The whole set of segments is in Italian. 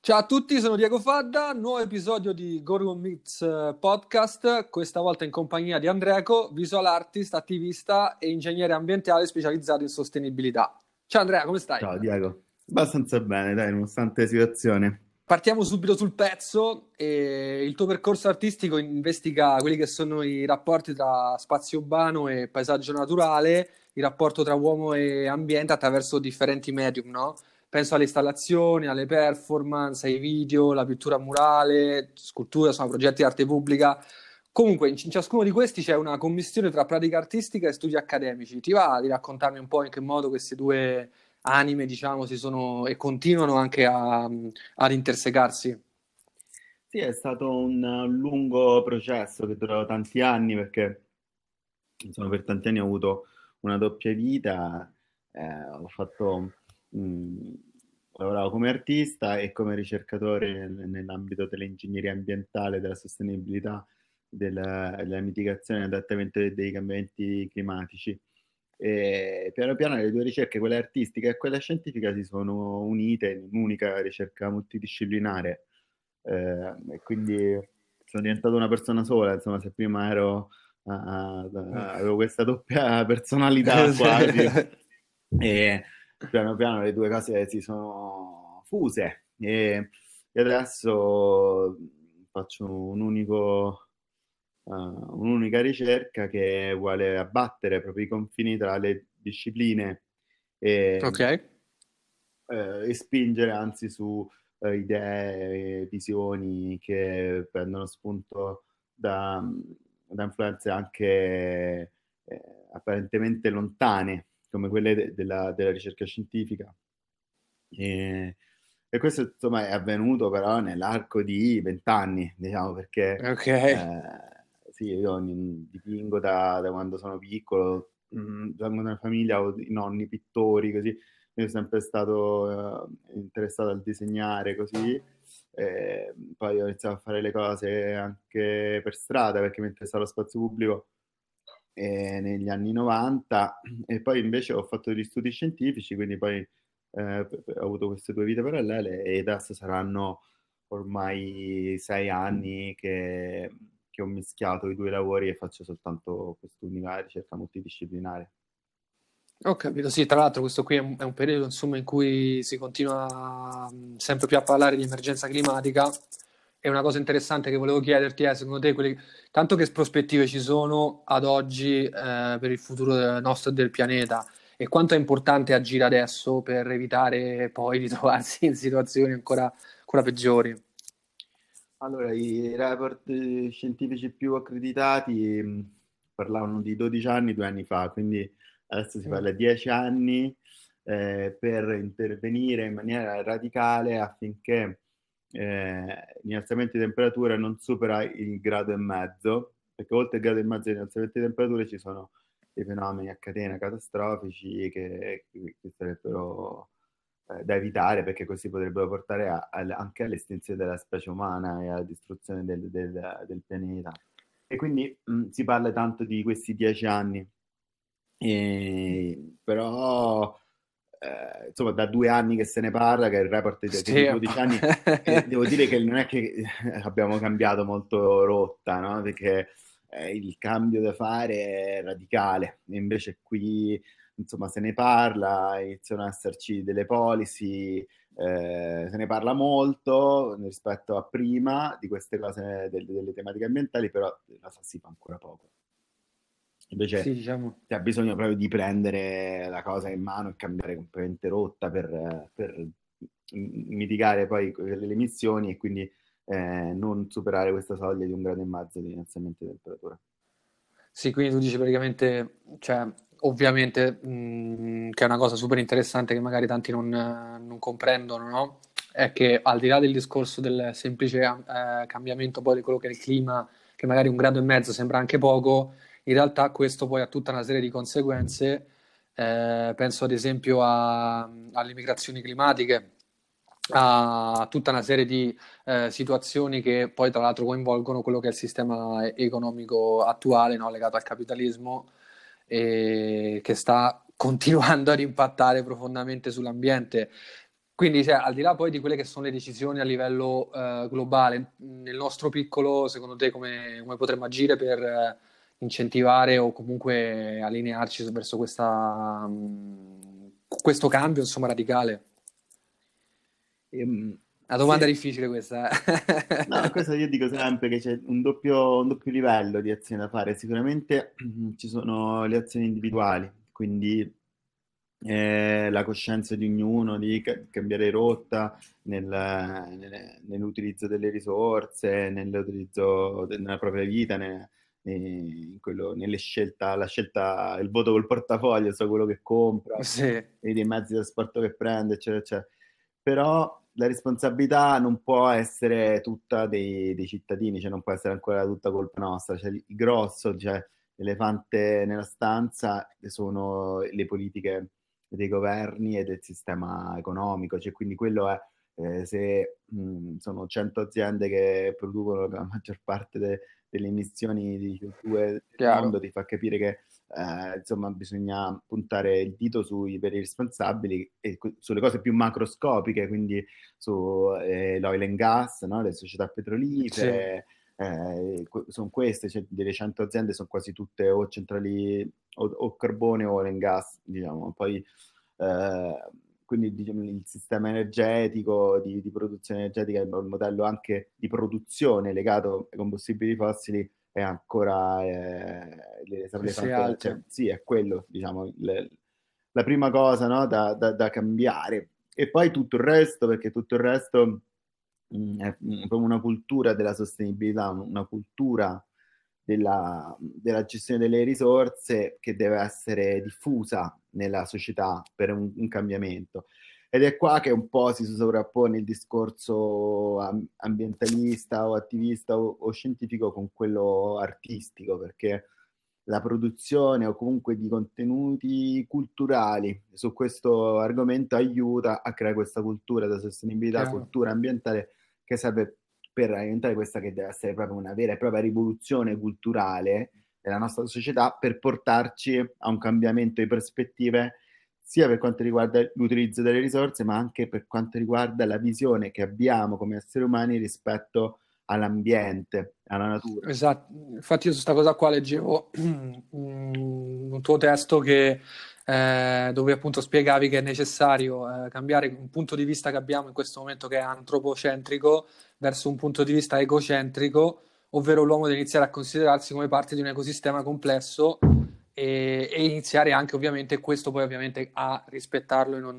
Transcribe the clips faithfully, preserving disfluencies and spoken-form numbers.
Ciao a tutti, sono Diego Fadda, nuovo episodio di Gorgon Meets eh, Podcast, questa volta in compagnia di Andreco, visual artist, attivista e ingegnere ambientale specializzato in sostenibilità. Ciao Andrea, come stai? Ciao Diego, abbastanza bene, dai, nonostante la situazione. Partiamo subito sul pezzo. E il tuo percorso artistico investiga quelli che sono i rapporti tra spazio urbano e paesaggio naturale, il rapporto tra uomo e ambiente attraverso differenti medium, no? Penso alle installazioni, alle performance, ai video, la pittura murale, scultura, insomma, progetti di arte pubblica. Comunque, in in ciascuno di questi c'è una commistione tra pratica artistica e studi accademici. Ti va di raccontarmi un po' in che modo queste due anime, diciamo, si sono e continuano anche a, ad intersecarsi? Sì, è stato un lungo processo che durò tanti anni perché insomma, per tanti anni ho avuto una doppia vita, eh, ho fatto, mh, lavoravo come artista e come ricercatore nel- nell'ambito dell'ingegneria ambientale, della sostenibilità, della, della mitigazione e adattamento dei dei cambiamenti climatici. E piano piano le due ricerche, quella artistica e quella scientifica, si sono unite in un'unica ricerca multidisciplinare. Eh, e quindi sono diventato una persona sola, insomma, se prima ero, ah, ah, avevo questa doppia personalità quasi, e piano piano le due cose si sono fuse e, e adesso faccio un unico, eh, un'unica ricerca che vuole abbattere proprio i confini tra le discipline e, Ok. eh, e spingere anzi su eh, idee e visioni che prendono spunto da, da influenze anche eh, apparentemente lontane, come quelle de- della, della ricerca scientifica. E, e questo insomma è avvenuto però nell'arco di vent'anni, diciamo, perché Ok. eh, sì, io ogni- dipingo da, da quando sono piccolo, mm, vengo da una famiglia, ho i nonni pittori, così, quindi sono sempre stato eh, interessato al disegnare, così. Eh, poi ho iniziato a fare le cose anche per strada perché mi interessava lo spazio pubblico eh, negli anni novanta, e poi invece ho fatto degli studi scientifici, quindi poi eh, p- p- ho avuto queste due vite parallele e adesso saranno ormai sei anni che, che ho mischiato i due lavori e faccio soltanto quest'unica ricerca multidisciplinare. Ho capito, sì, tra l'altro questo qui è un, è un periodo insomma in cui si continua mh, sempre più a parlare di emergenza climatica. E una cosa interessante che volevo chiederti è, secondo te, quelli, tanto che prospettive ci sono ad oggi eh, per il futuro del nostro e del pianeta, e quanto è importante agire adesso per evitare poi di trovarsi in situazioni ancora, ancora peggiori? Allora, i report eh, scientifici più accreditati mh, parlavano di dodici anni due anni fa, quindi adesso si Mm. parla di dieci anni eh, per intervenire in maniera radicale affinché eh, l'innalzamento di temperatura non supera il grado e mezzo, perché oltre il grado e mezzo di innalzamento di temperatura ci sono dei fenomeni a catena catastrofici che, che sarebbero eh, da evitare, perché così potrebbero portare a- al- anche all'estinzione della specie umana e alla distruzione del, del- del pianeta. E quindi mh, si parla tanto di questi dieci anni. E- però eh, insomma da due anni che se ne parla, che il report è che di Sì, un po'. dodici anni, e devo dire che non è che abbiamo cambiato molto rotta, no? Perché eh, il cambio da fare è radicale, e invece qui insomma se ne parla, iniziano ad esserci delle policy, eh, se ne parla molto rispetto a prima di queste cose, delle, delle tematiche ambientali, però in realtà si fa ancora poco. Sì, Invece diciamo. si ha bisogno proprio di prendere la cosa in mano e cambiare completamente rotta per, eh, per mitigare poi le, le emissioni e quindi eh, non superare questa soglia di un grado e mezzo di innalzamento di temperatura. Sì, quindi tu dici praticamente, cioè, ovviamente, mh, che è una cosa super interessante che magari tanti non, eh, non comprendono, no? È che al di là del discorso del semplice eh, cambiamento poi di quello che è il clima, che magari un grado e mezzo sembra anche poco, in realtà questo poi ha tutta una serie di conseguenze. Eh, penso ad esempio a- alle migrazioni climatiche, a tutta una serie di eh, situazioni che poi tra l'altro coinvolgono quello che è il sistema economico attuale, no, legato al capitalismo, e che sta continuando ad impattare profondamente sull'ambiente. Quindi, cioè, al di là poi di quelle che sono le decisioni a livello eh, globale, nel nostro piccolo, secondo te come, come potremmo agire per eh, incentivare o comunque allinearci verso questa, mh, questo cambio, insomma, radicale? Ehm, Una sì, domanda difficile questa, no, eh. questo io dico sempre che c'è un doppio, un doppio livello di azioni da fare. Sicuramente ci sono le azioni individuali, quindi eh, la coscienza di ognuno di ca- cambiare rotta nel- nel- nell'utilizzo delle risorse, nell'utilizzo de- nella propria vita, ne- ne- in quello- nelle scelta, la scelta, il voto col portafoglio, so quello che compra, Sì, e dei mezzi di trasporto che prende, eccetera, eccetera. Però la responsabilità non può essere tutta dei, dei cittadini, cioè non può essere ancora tutta colpa nostra, cioè il grosso, cioè l'elefante nella stanza sono le politiche dei governi e del sistema economico, cioè quindi quello è, eh, se mh, sono cento aziende che producono la maggior parte de- delle emissioni di C O due del chiaro. mondo, ti fa capire che eh, insomma bisogna puntare il dito sui veri responsabili e que- sulle cose più macroscopiche, quindi sull'oil and gas, no? Le società Sì, petrolifere, eh, sono queste, cioè, delle cento aziende sono quasi tutte o centrali o, o carbone o oil and gas, diciamo. Poi eh, quindi diciamo, il sistema energetico di, di produzione energetica, il modello anche di produzione legato ai combustibili fossili è ancora eh, sì, sì, l'elefante, cioè, alto. sì, è quello, diciamo, il- la prima cosa, no, da, da- da cambiare. E poi tutto il resto, perché tutto il resto mh, è proprio una cultura della sostenibilità, una cultura della, della gestione delle risorse che deve essere diffusa nella società per un, un cambiamento. Ed è qua che un po' si sovrappone il discorso am- ambientalista o attivista o, o scientifico con quello artistico, perché la produzione o comunque di contenuti culturali su questo argomento aiuta a creare questa cultura della sostenibilità, Chiaro. cultura ambientale che serve per diventare questa che deve essere proprio una vera e propria rivoluzione culturale della nostra società per portarci a un cambiamento di prospettive sia per quanto riguarda l'utilizzo delle risorse, ma anche per quanto riguarda la visione che abbiamo come esseri umani rispetto all'ambiente, alla natura. Esatto, infatti io su questa cosa qua leggevo un un tuo testo che, eh, dove appunto spiegavi che è necessario eh, cambiare un punto di vista che abbiamo in questo momento che è antropocentrico verso un punto di vista egocentrico, ovvero l'uomo deve iniziare a considerarsi come parte di un ecosistema complesso e, e iniziare anche ovviamente questo poi ovviamente a rispettarlo e non,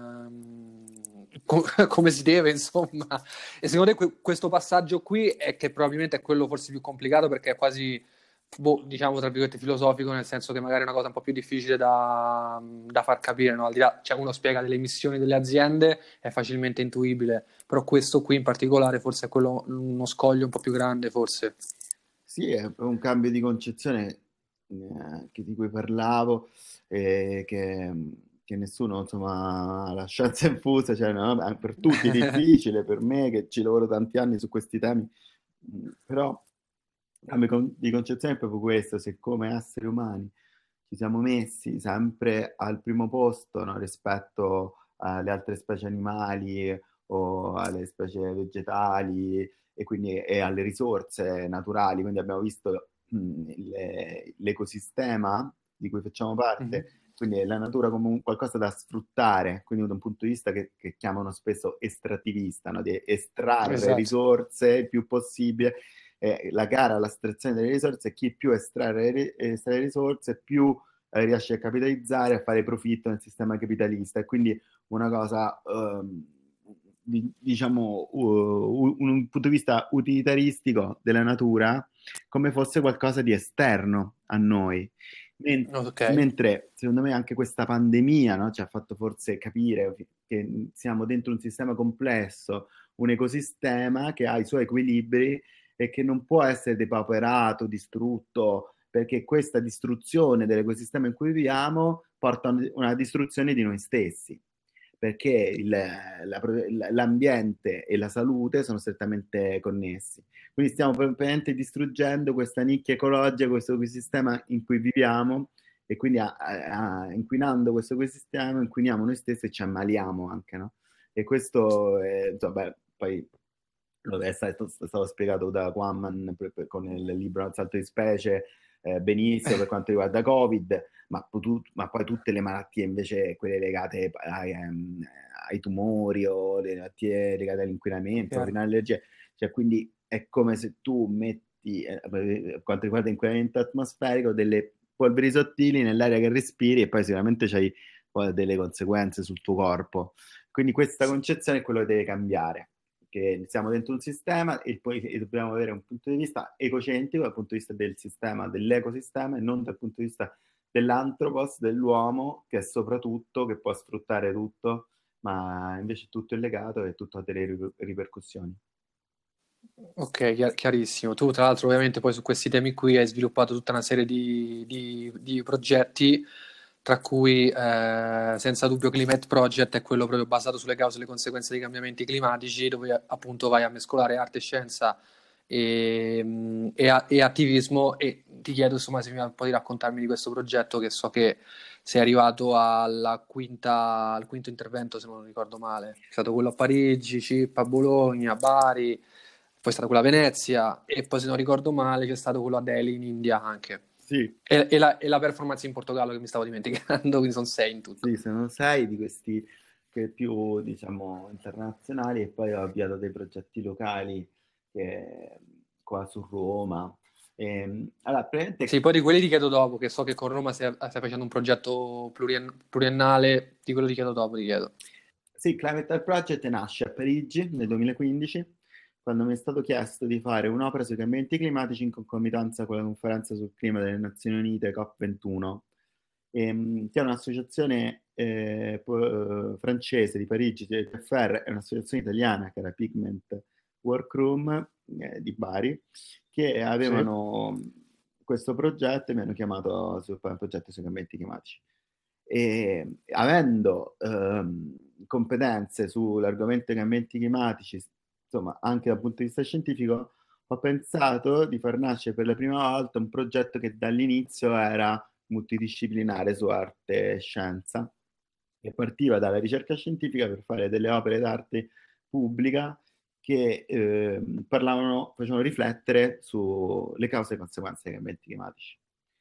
ehm, co- come si deve, insomma. E secondo te que- questo passaggio qui è che probabilmente è quello forse più complicato perché è quasi, boh, diciamo, tra virgolette, filosofico, nel senso che magari è una cosa un po' più difficile da, da far capire, no? Al di là, cioè uno spiega delle missioni delle aziende, è facilmente intuibile, però questo qui in particolare forse è quello, uno scoglio un po' più grande, forse. Sì, è un cambio di concezione eh, che- di cui parlavo, eh, che, che nessuno, insomma, la scienza infusa, cioè, no, è per tutti è difficile, per me che ci lavoro tanti anni su questi temi, mh, però il cambio con- di concezione è proprio questo, se come esseri umani ci siamo messi sempre al primo posto, no, rispetto alle altre specie animali o alle specie vegetali e quindi e alle risorse naturali. Quindi abbiamo visto mh, il- l'ecosistema di cui facciamo Mhm. parte, quindi la natura come un qualcosa da sfruttare, quindi da un punto di vista che, che chiamano spesso estrattivista, no? Di estrarre Esatto, risorse il più possibile. Eh, la gara all'estrazione delle risorse, chi più estrarre, ri- estrae risorse, più eh, riesce a capitalizzare, a fare profitto nel sistema capitalista. E quindi una cosa, ehm, di- diciamo, uh, un punto di vista utilitaristico della natura come fosse qualcosa di esterno a noi. Men- ok, mentre secondo me anche questa pandemia, no, ci ha fatto forse capire che siamo dentro un sistema complesso, un ecosistema che ha i suoi equilibri e che non può essere depauperato, distrutto, perché questa distruzione dell'ecosistema in cui viviamo porta a una distruzione di noi stessi, perché il- la- l'ambiente e la salute sono strettamente connessi. Quindi stiamo praticamente distruggendo questa nicchia ecologica, questo ecosistema in cui viviamo e quindi a- a- a- inquinando questo ecosistema inquiniamo noi stessi e ci ammaliamo anche, no? E questo è, insomma, poi lo- è stato, è stato spiegato da Quamman per- per- con il libro Un salto di specie, eh, benissimo per quanto riguarda Covid, ma, potu- ma poi tutte le malattie invece, quelle legate ai, ehm, ai tumori o le malattie legate all'inquinamento, fino Chiaro. alle allergie, cioè quindi è come se tu metti, eh, per quanto riguarda l'inquinamento atmosferico, delle polveri sottili nell'aria che respiri e poi sicuramente c'hai poi delle conseguenze sul tuo corpo. Quindi questa concezione è quello che deve cambiare, che siamo dentro un sistema e poi e dobbiamo avere un punto di vista ecocentrico dal punto di vista del sistema, dell'ecosistema e non dal punto di vista dell'antropos, dell'uomo che è soprattutto, che può sfruttare tutto, ma invece tutto è legato e tutto ha delle riper- ripercussioni. Ok, chiar- chiarissimo. Tu, tra l'altro, ovviamente, poi su questi temi qui hai sviluppato tutta una serie di, di- di progetti, tra cui eh, senza dubbio Climate Project è quello proprio basato sulle cause e le conseguenze dei cambiamenti climatici, dove appunto vai a mescolare arte, scienza e, mh, e a- e attivismo. E ti chiedo, insomma, se mi va un po' di raccontarmi di questo progetto, che so che sei arrivato alla quinta, al quinto intervento, se non ricordo male. È stato quello a Parigi, Cippa, Bologna, Bari, poi è stata quella a Venezia e poi, se non ricordo male, c'è stato quello a Delhi in India anche. Sì, E, e la, e la performance in Portogallo che mi stavo dimenticando, quindi sono sei in tutto. sì, sono sei di questi che più, diciamo, internazionali e poi ho avviato dei progetti locali che, qua su Roma. E, allora, Sì, praticamente poi di quelli ti chiedo dopo, che so che con Roma stai, stai facendo un progetto plurien- pluriennale, di quello ti chiedo dopo, ti chiedo. sì, Climate Art Project nasce a Parigi nel duemilaquindici, quando mi è stato chiesto di fare un'opera sui cambiamenti climatici in concomitanza con la conferenza sul clima delle Nazioni Unite COP ventuno, ehm, che è un'associazione eh, po- eh, francese di Parigi, T F R, è un'associazione italiana che era Pigment Workroom eh, di Bari, che Sì? avevano questo progetto e mi hanno chiamato a sviluppare un progetto sui cambiamenti climatici. E avendo ehm, competenze sull'argomento dei cambiamenti climatici, insomma, anche dal punto di vista scientifico, ho pensato di far nascere per la prima volta un progetto che dall'inizio era multidisciplinare su arte e scienza, che partiva dalla ricerca scientifica per fare delle opere d'arte pubblica che ehm, parlavano, facevano riflettere sulle cause e conseguenze dei cambiamenti climatici.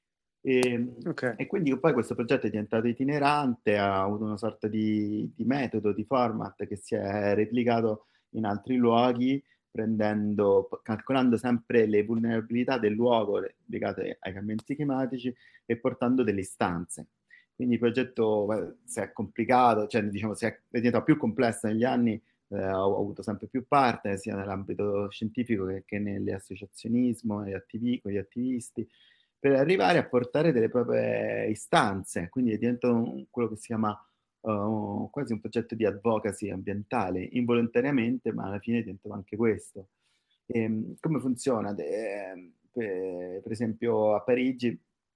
E, Ok. e quindi poi questo progetto è diventato itinerante, ha avuto una sorta di, di metodo, di format che si è replicato in altri luoghi, prendendo, calcolando sempre le vulnerabilità del luogo le- legate ai cambiamenti climatici e portando delle istanze. Quindi il progetto eh, si è complicato, cioè diciamo si è, è diventato più complesso negli anni, eh, ho, ho avuto sempre più partner, sia nell'ambito scientifico che, che nell'associazionismo, negli attivi- con gli attivisti per arrivare a portare delle proprie istanze, quindi è diventato un- quello che si chiama uh, quasi un progetto di advocacy ambientale, involontariamente, ma alla fine è diventato anche questo. E, come funziona? De- per, per esempio a Parigi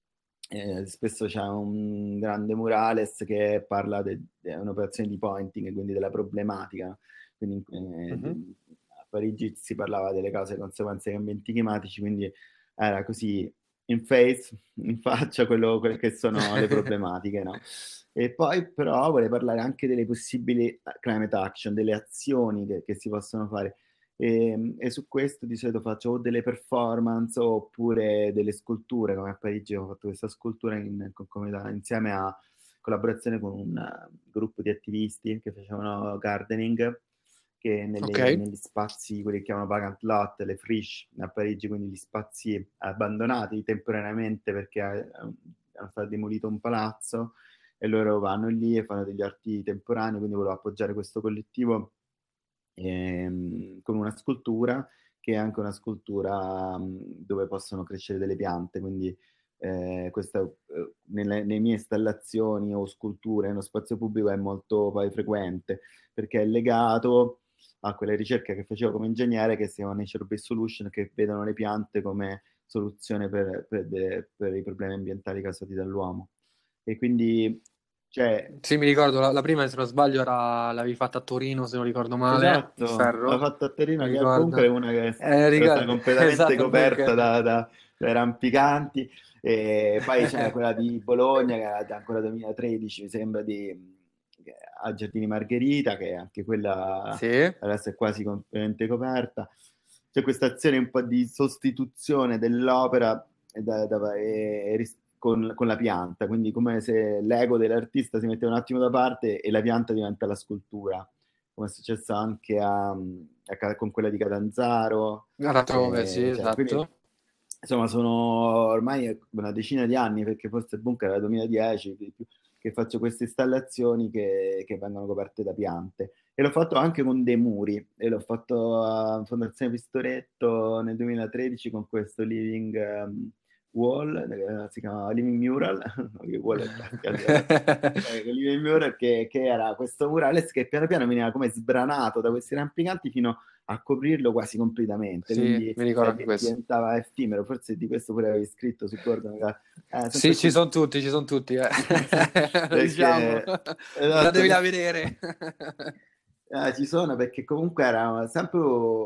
eh, spesso c'è un grande murales che parla di un'operazione di pointing, quindi della problematica. Quindi eh, de- Mhm. a Parigi si parlava delle cause e conseguenze dei cambiamenti climatici, quindi era così in face, in faccia quello, quelle che sono le problematiche, no? E poi però vorrei parlare anche delle possibili eh, climate action, delle azioni che, che si possono fare. E, e su questo di solito faccio o delle performance oppure delle sculture, come a Parigi ho fatto questa scultura in concomitanza insieme a collaborazione con un eh, gruppo di attivisti che facevano gardening, che Ok. nelle- negli spazi, quelli che chiamano vacant lot, le friche a Parigi, quindi gli spazi abbandonati temporaneamente perché eh, hanno stato demolito un palazzo e loro vanno lì e fanno degli arti temporanei, quindi volevo appoggiare questo collettivo ehm, con una scultura che è anche una scultura mh, dove possono crescere delle piante, quindi eh, questa eh, nelle, nelle mie installazioni o sculture nello spazio pubblico è molto poi frequente perché è legato a quelle ricerche che facevo come ingegnere che si chiamano Nature-Based Solution, che vedono le piante come soluzione per, per de- per i problemi ambientali causati dall'uomo. E quindi, cioè, Sì, mi ricordo, la, la prima, se non sbaglio, era, l'avevi fatta a Torino, se non ricordo male, il esatto, ha ferro, fatto a mi Torino che comunque è ricordo. una che Eh, era stata ricordo, completamente esatto, il coperta bunker. da, da- dai rampicanti e poi c'era quella di Bologna che era da ancora duemilatredici, mi sembra di, che a Giardini Margherita, che anche quella Sì. adesso è quasi completamente coperta. C'è questa azione un po' di sostituzione dell'opera da, da, e, e, con, con la pianta, quindi come se l'ego dell'artista si mette un attimo da parte e la pianta diventa la scultura, come è successo anche a, a, con quella di Catanzaro. Altrove, sì, Eh, cioè, quindi, esatto. insomma, sono ormai una decina di anni, perché forse il bunker era duemiladieci, che faccio queste installazioni che, che vengono coperte da piante. E l'ho fatto anche con dei muri, e l'ho fatto a Fondazione Pistoretto nel duemilatredici con questo Living um, Wall, eh, si chiama Living Mural, no, che wall è classica, eh, Living Mural, che, che era questo murales che piano piano veniva come sbranato da questi rampicanti fino a coprirlo quasi completamente, Sì, quindi mi ricordo eh, anche questo. diventava effimero. Forse di questo pure avevi scritto su Gordon, eh, Sì, sempre ci più. sono tutti, ci sono tutti, eh. Lo diciamo. Perché esatto, Andatevi a perché vedere. eh, ci sono, perché comunque era sempre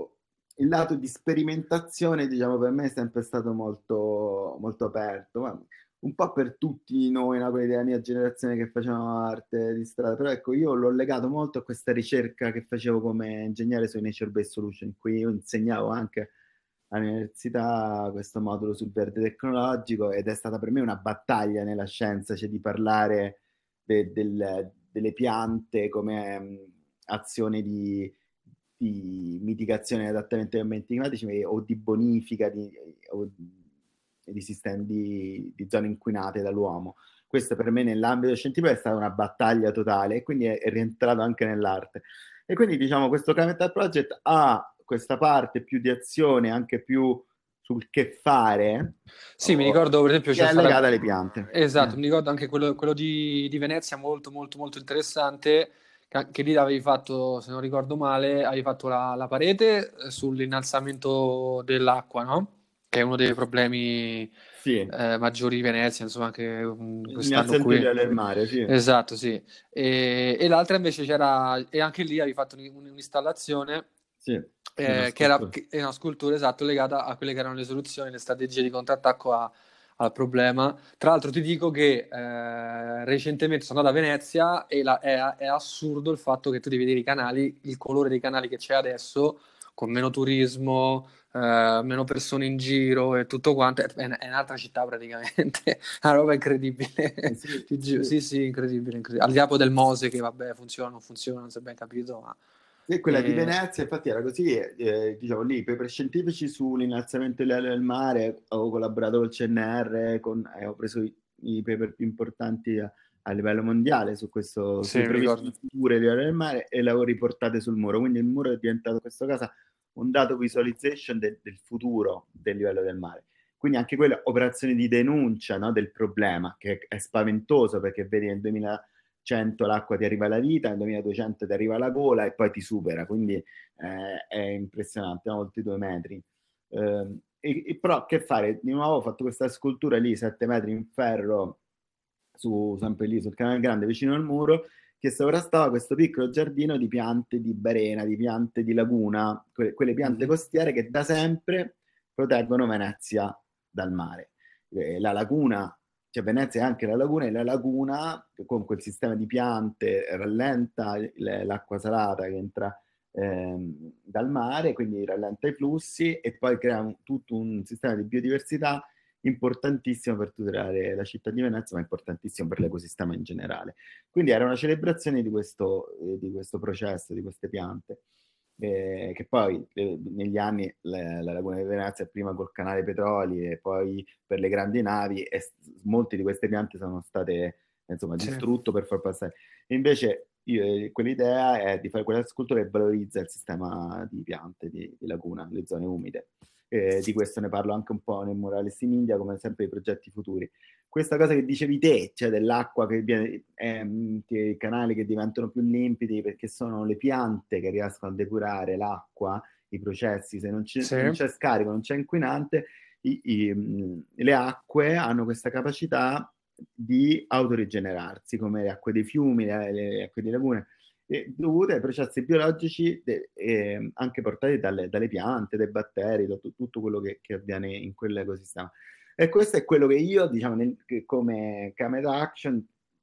il lato di sperimentazione, diciamo, per me è sempre stato molto, molto aperto, ma un po' per tutti noi, no, quelli della mia generazione che facevano arte di strada. Però ecco, io l'ho legato molto a questa ricerca che facevo come ingegnere sui nature-based solution. Qui io insegnavo anche all'università questo modulo sul verde tecnologico, ed è stata per me una battaglia nella scienza, cioè di parlare de- del- delle piante come mh, azione di, di mitigazione e adattamento ai cambiamenti climatici, o di bonifica di, o di sistemi di, di zone inquinate dall'uomo. Questo per me nell'ambito scientifico è stata una battaglia totale, e quindi è, è rientrato anche nell'arte. E quindi diciamo questo Climate Art Project ha questa parte più di azione, anche più sul che fare, Sì, mi oh, ricordo per esempio che c'è è stata... legata alle piante. Esatto, Eh, mi ricordo anche quello, quello di, di Venezia, molto molto molto interessante, che anche lì avevi fatto, se non ricordo male, avevi fatto la, la parete eh, sull'innalzamento dell'acqua, no? Che è uno dei problemi sì, eh, maggiori di Venezia, insomma, anche um, quest'anno innalzamento qui. del livello del mare, sì, Esatto, sì. E, e l'altra invece c'era, e anche lì avevi fatto un- un'installazione sì, una eh, che era scultura. che è una scultura esatto legata a quelle che erano le soluzioni, le strategie di contrattacco a- al problema. Tra l'altro ti dico che eh, recentemente sono andato a Venezia e la- è, è assurdo il fatto che tu devi vedere i canali, il colore dei canali che c'è adesso, con meno turismo, eh, meno persone in giro e tutto quanto, è, è un'altra città praticamente, una roba incredibile. Eh, sì, Ti giuro. sì. Sì, sì, incredibile, incredibile. Al di là poi del Mose che vabbè funziona, non funziona, non si è ben capito, ma... E quella di eh, Venezia, infatti, era così, eh, diciamo lì, i paper scientifici sull'innalzamento del livello del mare, ho collaborato col C N R, con, eh, ho preso i, i paper più importanti a, a livello mondiale su questo, sì, sulle mi ricordo. previsioni future del livello del mare, e le ho riportate sul muro. Quindi il muro è diventato in questo caso un dato visualization de- del futuro del livello del mare. Quindi anche quelle operazioni di denuncia, no, del problema, che è spaventoso, perché vedi nel duemilacento l'acqua ti arriva alla vita, nel duemiladuecento ti arriva alla gola e poi ti supera, quindi eh, è impressionante, no? Oltre due metri. Eh, e, e però che fare? Di nuovo ho fatto questa scultura lì, sette metri in ferro, su, sempre lì sul canale grande vicino al muro, che sovrastava questo piccolo giardino di piante di barena, di piante di laguna, que- quelle piante Mhm. costiere che da sempre proteggono Venezia dal mare. Eh, la laguna, cioè Venezia è anche la laguna, e la laguna con quel sistema di piante rallenta l- l'acqua salata che entra ehm, dal mare, quindi rallenta i flussi, e poi crea un- tutto un sistema di biodiversità importantissimo per tutelare la città di Venezia, ma importantissimo per l'ecosistema in generale. Quindi era una celebrazione di questo, eh, di questo processo, di queste piante, eh, che poi eh, negli anni la, la Laguna di Venezia, prima col canale Petroli e poi per le grandi navi, e s- molte di queste piante sono state insomma Sì. distrutte per far passare. E invece io, eh, quell'idea è di fare quella scultura che valorizza il sistema di piante di, di laguna, le zone umide. Eh, di questo ne parlo anche un po' nel Murales in India, come sempre i progetti futuri. Questa cosa che dicevi te, cioè dell'acqua che viene, ehm, che i canali che diventano più limpidi perché sono le piante che riescono a depurare l'acqua, i processi, se non c'è, Sì. non c'è scarico, non c'è inquinante, i- i, mh, le acque hanno questa capacità di autorigenerarsi, come le acque dei fiumi, le, le acque di lagune, eh, dovute ai processi biologici de- eh, anche portati dalle, dalle piante, dai batteri, da tu- tutto quello che, che avviene in quell'ecosistema. E questo è quello che io, diciamo, nel- che come Camera Action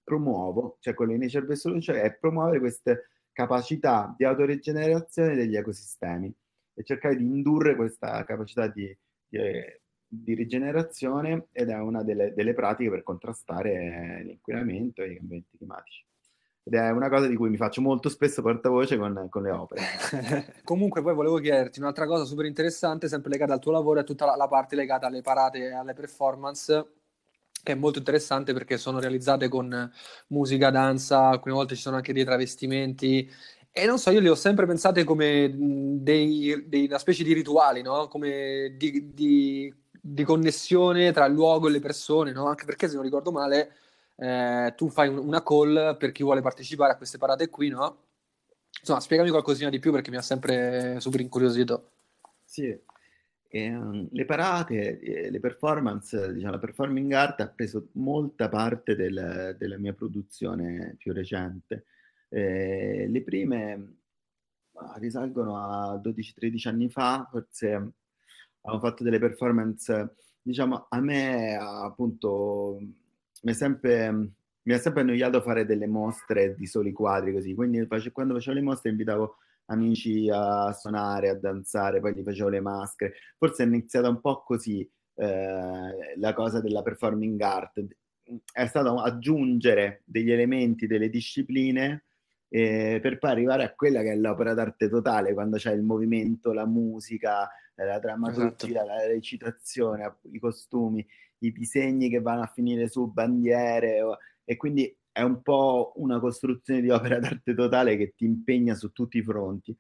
promuovo, cioè quello di Nature Based Solution è promuovere queste capacità di autorigenerazione degli ecosistemi e cercare di indurre questa capacità di, di, di rigenerazione, ed è una delle, delle pratiche per contrastare l'inquinamento e i cambiamenti climatici. Ed è una cosa di cui mi faccio molto spesso portavoce con, con le opere. Comunque poi volevo chiederti un'altra cosa super interessante, sempre legata al tuo lavoro, è tutta la, la parte legata alle parate e alle performance, che è molto interessante perché sono realizzate con musica, danza, alcune volte ci sono anche dei travestimenti e non so, io le ho sempre pensate come mh, dei, dei- una specie di rituali, no? Come di, di- di connessione tra il luogo e le persone, no? Anche perché se non ricordo male, eh, tu fai un- una call per chi vuole partecipare a queste parate qui, no? Insomma, spiegami qualcosina di più perché mi ha sempre super incuriosito. Sì, ehm, le parate, eh, le performance, diciamo, la performing art ha preso molta parte del- della mia produzione più recente. Eh, le prime ma risalgono a dodici tredici anni fa, forse avevo fatto delle performance, diciamo, a me appunto mi è sempre, mi è sempre annoiato fare delle mostre di soli quadri così, quindi face- quando facevo le mostre invitavo amici a suonare, a danzare, poi gli facevo le maschere. Forse è iniziata un po' così eh, la cosa della performing art, è stato aggiungere degli elementi, delle discipline eh, per poi arrivare a quella che è l'opera d'arte totale, quando c'è il movimento, la musica, eh, la Esatto. drammaturgia, la recitazione, i costumi, i disegni che vanno a finire su bandiere, o- e quindi è un po' una costruzione di opera d'arte totale che ti impegna su tutti i fronti.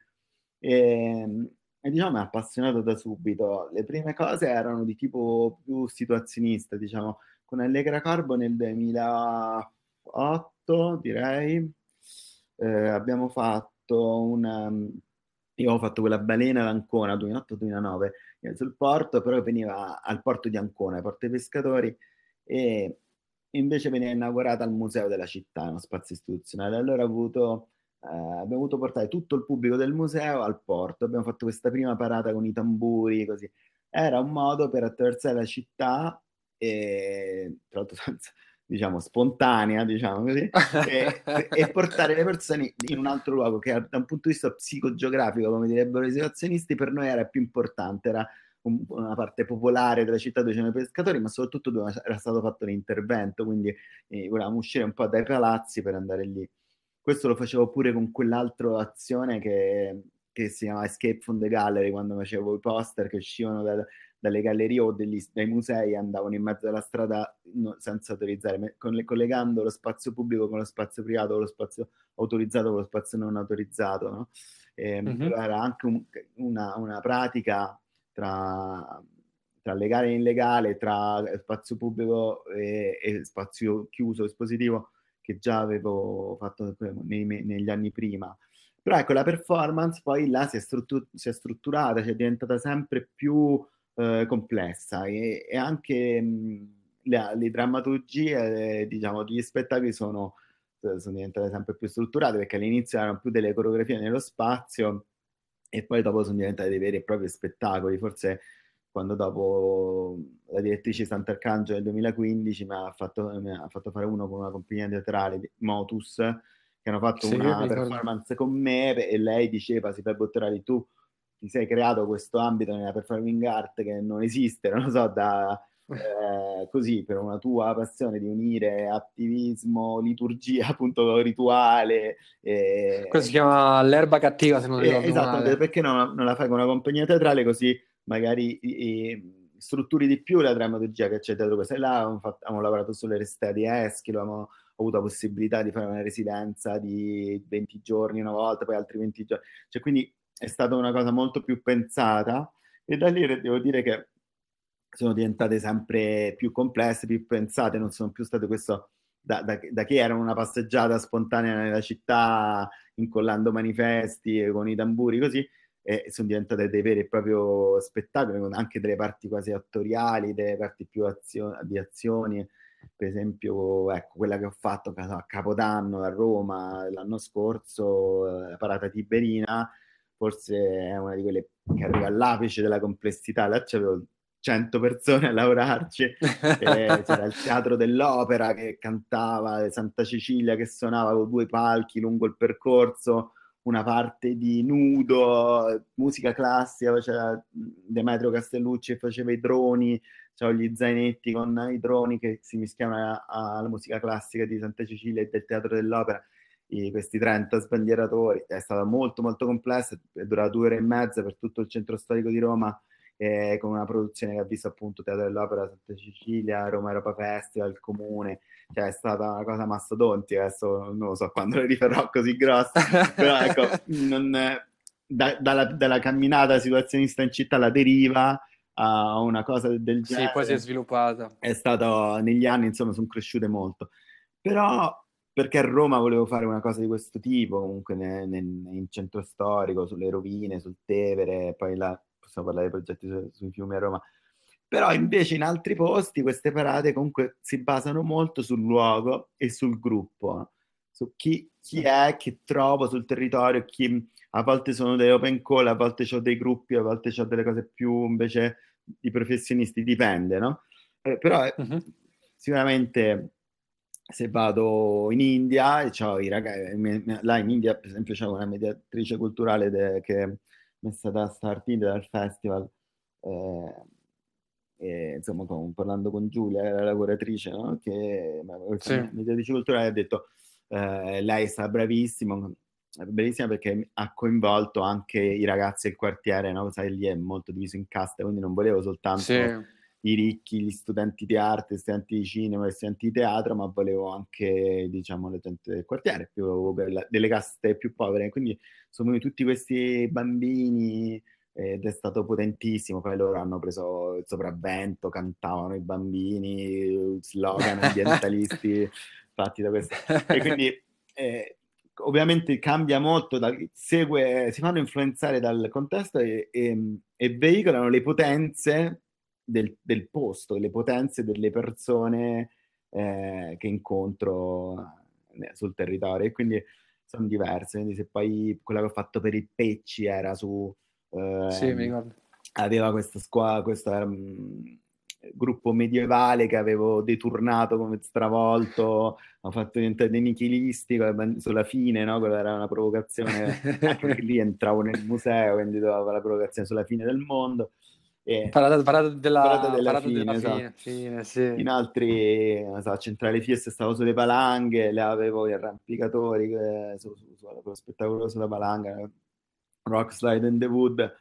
E, e diciamo mi ha appassionato da subito. Le prime cose erano di tipo più situazionista, diciamo, con Allegra Corbo nel duemilaotto, direi, eh, abbiamo fatto una... Io ho fatto quella balena d'Ancona, duemilaotto-duemilanove, sul porto, però veniva al porto di Ancona, ai porto dei pescatori, e invece veniva inaugurata al museo della città, uno spazio istituzionale. Allora ho avuto, eh, abbiamo voluto portare tutto il pubblico del museo al porto, abbiamo fatto questa prima parata con i tamburi, così. Era un modo per attraversare la città, e, tra l'altro, diciamo, spontanea, diciamo così, e, e portare le persone in un altro luogo che da un punto di vista psicogeografico, come direbbero i situazionisti, per noi era più importante, era un- una parte popolare della città dove c'erano i pescatori, ma soprattutto dove era stato fatto l'intervento, quindi eh, volevamo uscire un po' dai palazzi per andare lì. Questo lo facevo pure con quell'altra azione che, che si chiama Escape from the Gallery, quando facevo i poster che uscivano da- dalle gallerie o degli- dai musei e andavano in mezzo alla strada no- senza autorizzare, me- con- collegando lo spazio pubblico con lo spazio privato, con lo spazio autorizzato con lo spazio non autorizzato, no? Ehm, Mhm. però era anche un- una, una pratica tra, tra legale e illegale, tra spazio pubblico e, e spazio chiuso, espositivo, che già avevo fatto nei- negli anni prima. Però ecco, la performance poi là si è, struttu- si è strutturata, cioè è diventata sempre più eh, complessa, e, e anche mh, le, le drammaturgie, eh, diciamo, degli spettacoli sono, sono diventate sempre più strutturate, perché all'inizio erano più delle coreografie nello spazio e poi dopo sono diventate dei veri e propri spettacoli. Forse quando dopo la direttrice Sant'Arcangelo nel duemilaquindici mi ha fatto, mi ha fatto fare uno con una compagnia teatrale, di- Motus, che hanno fatto Sì, mi una ricordo. performance con me, e lei diceva, si per Botterali, tu ti sei creato questo ambito nella performing art che non esiste, non lo so, da, eh, così, per una tua passione di unire attivismo, liturgia, appunto rituale. Questo si eh, chiama L'erba cattiva, se non eh, ricordo esatto, ho detto, male. perché non, non la fai con una compagnia teatrale, così magari i- i- strutturi di più la drammaturgia che c'è dietro questa. E là abbiamo, fatto- abbiamo lavorato sulle residenze di Eschilo, abbiamo ho avuto la possibilità di fare una residenza di venti giorni una volta, poi altri venti giorni. Cioè, quindi è stata una cosa molto più pensata, e da lì devo dire che sono diventate sempre più complesse, più pensate, non sono più state questo da, da, da che erano una passeggiata spontanea nella città, incollando manifesti e con i tamburi così, e sono diventate dei veri e propri spettacoli, con anche delle parti quasi attoriali, delle parti più azio- di azioni. Per esempio, ecco, quella che ho fatto a Capodanno a Roma l'anno scorso, eh, la parata Tiberina, forse è una di quelle che arriva all'apice della complessità. Là c'avevo cento persone a lavorarci. E c'era il teatro dell'opera che cantava, Santa Cecilia che suonava con due palchi lungo il percorso, una parte di nudo, musica classica, c'era Demetrio Castellucci che faceva i droni, c'erano gli zainetti con i droni che si mischiavano alla musica classica di Santa Cecilia e del teatro dell'opera, i, questi trenta sbandieratori. È stata molto molto complessa, è durata due ore e mezza per tutto il centro storico di Roma, eh, con una produzione che ha visto appunto Teatro dell'Opera, Santa Cecilia, Roma Europa Festival, il Comune, cioè è stata una cosa mastodontica, adesso non lo so quando le rifarò così grosse, però ecco, non, da, dalla, dalla camminata situazionista in città alla deriva a una cosa del Sì, poi si è genere, sviluppata. è stato, negli anni insomma sono cresciute molto, però perché a Roma volevo fare una cosa di questo tipo, comunque ne- ne- in centro storico, sulle rovine, sul Tevere, poi là possiamo parlare di progetti su- sui fiumi a Roma. Però invece in altri posti queste parate comunque si basano molto sul luogo e sul gruppo, su chi, chi Sì. è, che trovo sul territorio, chi, a volte sono delle open call, a volte ho dei gruppi, a volte ho delle cose più invece di professionisti, dipende, no? Eh, però eh, Mhm. sicuramente se vado in India, e c'ho i ragazzi, là in India per esempio c'è una mediatrice culturale de- che mi è stata startita dal festival, eh, e, insomma con- parlando con Giulia, la lavoratrice, no? Che ma questa Sì. me- mediatrice culturale ha detto, eh, lei sta bravissima, è bellissima perché ha coinvolto anche i ragazzi del quartiere, no? Sai, lì è molto diviso in caste, quindi non volevo Sì. soltanto i ricchi, gli studenti di arte, gli studenti di cinema, gli studenti di teatro, ma volevo anche, diciamo, la gente del quartiere, più, delle caste più povere. Quindi sono venuti tutti questi bambini ed è stato potentissimo. Poi loro hanno preso il sopravvento, cantavano i bambini, slogan ambientalisti fatti da questo. E quindi eh, ovviamente cambia molto, da, segue, si fanno influenzare dal contesto e, e, e veicolano le potenze del, del posto, le potenze delle persone eh, che incontro eh, sul territorio. E quindi sono diverse. Quindi se poi quella che ho fatto per il Pecci era su Sì, mi ehm, ricordo. aveva questa squadra, questo um, gruppo medievale che avevo deturnato come stravolto, ho fatto diventare dei nichilisti sulla fine, no? Quella era una provocazione, anche perché lì entravo nel museo, quindi dovevo fare la provocazione sulla fine del mondo. E Parata, parata parata della, della parata della fine, esatto. fine, fine, sì. In altri, non so, a Centrale Fieste stavo sulle palanghe, le avevo gli arrampicatori eh, su, su, su, quello spettacolo sulla palanga, Rock Slide in the Wood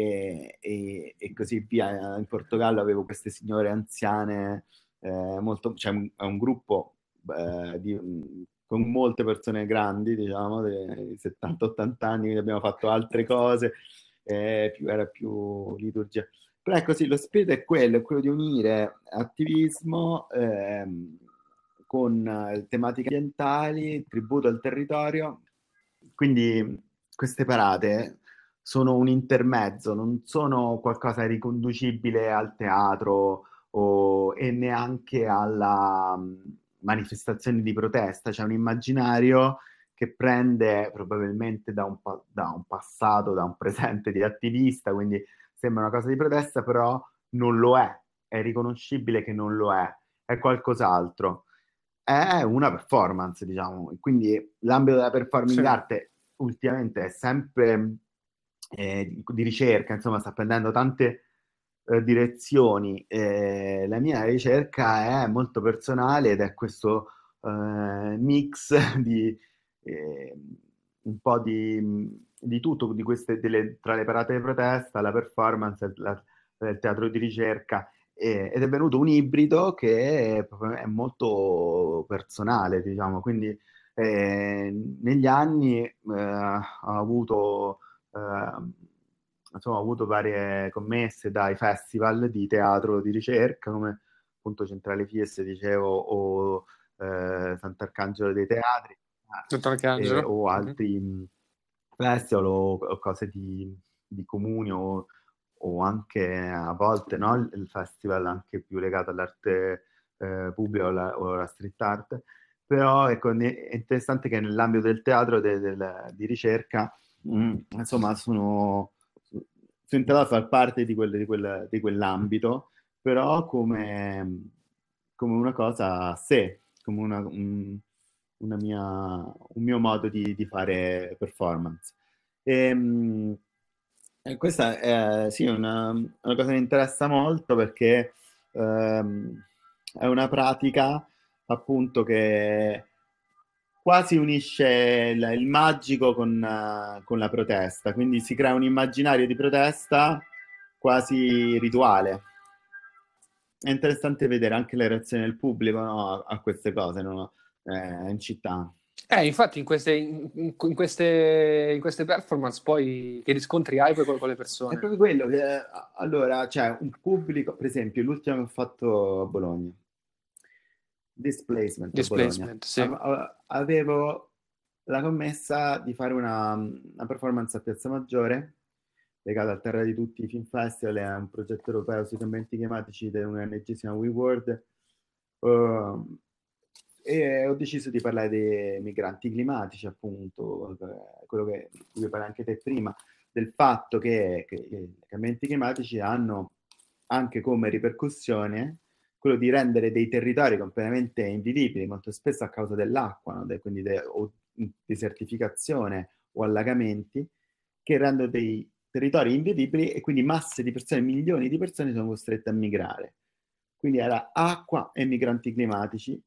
e, e- e così via. In Portogallo avevo queste signore anziane, eh, molto, cioè un, è un gruppo eh, di- con molte persone grandi, diciamo, di settanta ottanta anni, quindi abbiamo fatto altre cose, eh, più- era più liturgia. Però è così, lo spirito è quello, è quello di unire attivismo ehm, con eh, tematiche ambientali, tributo al territorio. Quindi queste parate sono un intermezzo, non sono qualcosa di riconducibile al teatro o- e neanche alla mh, manifestazione di protesta. C'è un immaginario che prende probabilmente da un, pa- da un passato, da un presente di attivista, quindi sembra una cosa di protesta, però non lo è, è riconoscibile che non lo è, è qualcos'altro. È una performance, diciamo, quindi l'ambito della Sì. performing art ultimamente è sempre eh, di, di ricerca, insomma, sta prendendo tante eh, direzioni. Eh, la mia ricerca è molto personale ed è questo eh, mix di eh, un po' di, di tutto, di queste, delle- tra le parate di protesta, la performance, la- il teatro di ricerca e- ed è venuto un ibrido che è, proprio- è molto personale, diciamo, quindi eh, negli anni eh, ho avuto, eh, insomma, ho avuto varie commesse dai festival di teatro di ricerca, come appunto Centrale Fieste, dicevo, o eh, Sant'Arcangelo dei Teatri, eh, Sant'Arcangelo. o Mhm. altri mh, festival o, o cose di, di comuni o, o anche a volte no, il il festival anche più legato all'arte eh, pubblica o la, o alla street art. Però ecco, ne- è interessante che nell'ambito del teatro de- del- di ricerca, mh, insomma, sono, sono entrato a far parte di, quel, di, quel, di quell'ambito, però come, come una cosa a sé, come una, un, una mia, un mio modo di, di fare performance. E, mh, e questa è sì, una, una cosa che mi interessa molto perché ehm, è una pratica appunto che quasi unisce il, il magico con, eh, con la protesta, quindi si crea un immaginario di protesta quasi rituale. È interessante vedere anche le reazioni del pubblico, no, a, a queste cose, no? Eh, in città. Eh, infatti in queste, in, in queste, in queste performance poi che riscontri hai poi con, con le È persone? proprio quello che, allora, c'è un pubblico, per esempio, l'ultimo che ho fatto a Bologna, Displacement a Bologna. Displacement, sì. Ave- Avevo la commessa di fare una, una performance a Piazza Maggiore legata al Terra di Tutti Film Festival, è un progetto europeo sui cambiamenti climatici dell'O N G si chiama WeWorld. Uh, e ho deciso di parlare dei migranti climatici, appunto, eh, quello che, di cui parla anche te prima, del fatto che, che i cambiamenti climatici hanno anche come ripercussione quello di rendere dei territori completamente invivibili, molto spesso a causa dell'acqua, no? De, quindi de, o desertificazione o allagamenti, che rendono dei territori invivibili e quindi masse di persone, milioni di persone sono costrette a migrare. Quindi era acqua e migranti climatici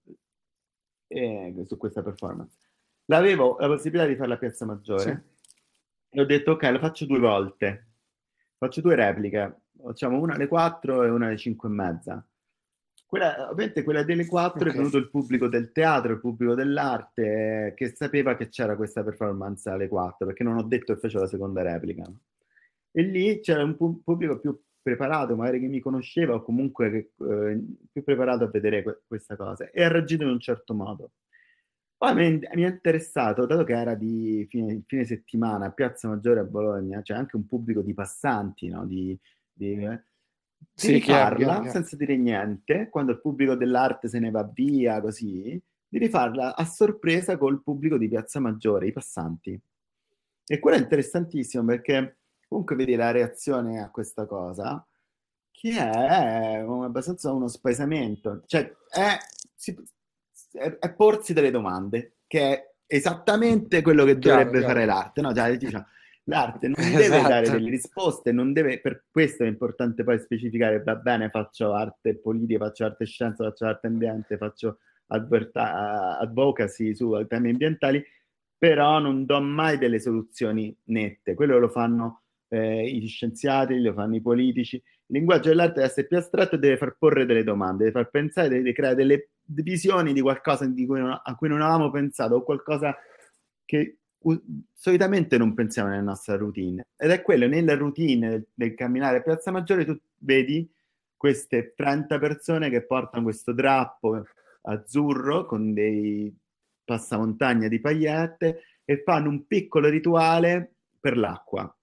eh, su questa performance. L'avevo la possibilità di fare la Piazza Sì. Maggiore e ho detto ok, lo faccio due volte, faccio due repliche, facciamo una alle quattro e una alle cinque e mezza. Quella, ovviamente quella delle quattro è Ok. venuto il pubblico del teatro, il pubblico dell'arte, eh, che sapeva che c'era questa performance alle quattro, perché non ho detto che facevo la seconda replica. E lì c'era un pu- pubblico più preparato, magari che mi conosceva o comunque che, eh, più preparato a vedere que- questa cosa e ha reagito in un certo modo. Poi mi è, mi è interessato, dato che era di fine, fine settimana a Piazza Maggiore a Bologna, c'è anche un pubblico di passanti, no? Di, di, eh, di Sì, chiaro, chiaro, rifarla chiaro. senza dire niente, quando il pubblico dell'arte se ne va via, così, di rifarla a sorpresa col pubblico di Piazza Maggiore, i passanti. E quello è interessantissimo perché comunque vedi la reazione a questa cosa, che è un- abbastanza uno spaesamento, cioè è, si- è- è porsi delle domande, che è esattamente quello che Chiaro, dovrebbe fare chiaro. l'arte, no? Cioè, diciamo, l'arte non deve dare Esatto. delle risposte, non deve, per questo è importante poi specificare, va bene, faccio arte politica, faccio arte scienza, faccio arte ambiente, faccio adverta- advocacy su temi ambientali, però non do mai delle soluzioni nette. Quello lo fanno eh, gli scienziati, lo fanno i politici. Il linguaggio dell'arte deve essere più astratto e deve far porre delle domande, deve far pensare, deve creare delle visioni di qualcosa di cui non, a cui non avevamo pensato o qualcosa che uh, solitamente non pensiamo nella nostra routine. Ed è quello, nella routine del, del camminare a Piazza Maggiore, tu vedi queste trenta persone che portano questo drappo azzurro con dei passamontagna di paillette e fanno un piccolo rituale per l'acqua.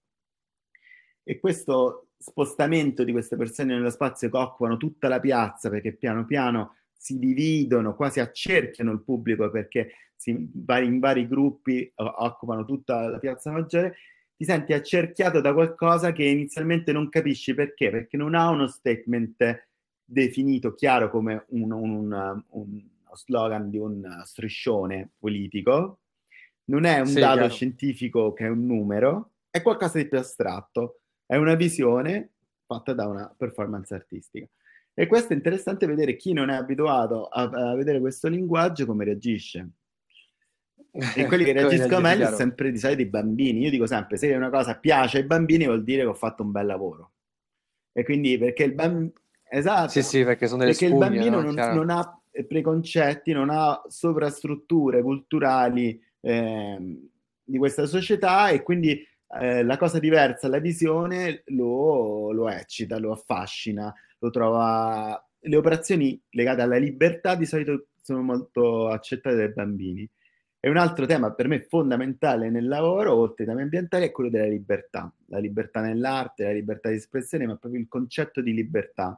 E questo spostamento di queste persone nello spazio che occupano tutta la piazza, perché piano piano si dividono, quasi accerchiano il pubblico perché si, in vari gruppi occupano tutta la piazza Maggiore, ti senti accerchiato da qualcosa che inizialmente non capisci perché, perché non ha uno statement definito, chiaro come un, un, un, uno slogan di un striscione politico, non è un Sì, dato chiaro. scientifico che è un numero, è qualcosa di più astratto, è una visione fatta da una performance artistica. E questo è interessante vedere chi non è abituato a, a vedere questo linguaggio come reagisce. E quelli che Come reagiscono reagisci, meglio sono chiaro. sempre di solito i bambini. Io dico sempre, se una cosa piace ai bambini vuol dire che ho fatto un bel lavoro. E quindi perché il bambino... Sì, Esatto, sì, perché sono delle perché il spugne, bambino no? non, Chiaro. non ha preconcetti, non ha sovrastrutture culturali ehm, di questa società e quindi eh, la cosa diversa, la visione lo, lo eccita, lo affascina, lo trova... Le operazioni legate alla libertà di solito sono molto accettate dai bambini. E un altro tema per me fondamentale nel lavoro, oltre ai temi ambientali, è quello della libertà. La libertà nell'arte, la libertà di espressione, ma proprio il concetto di libertà.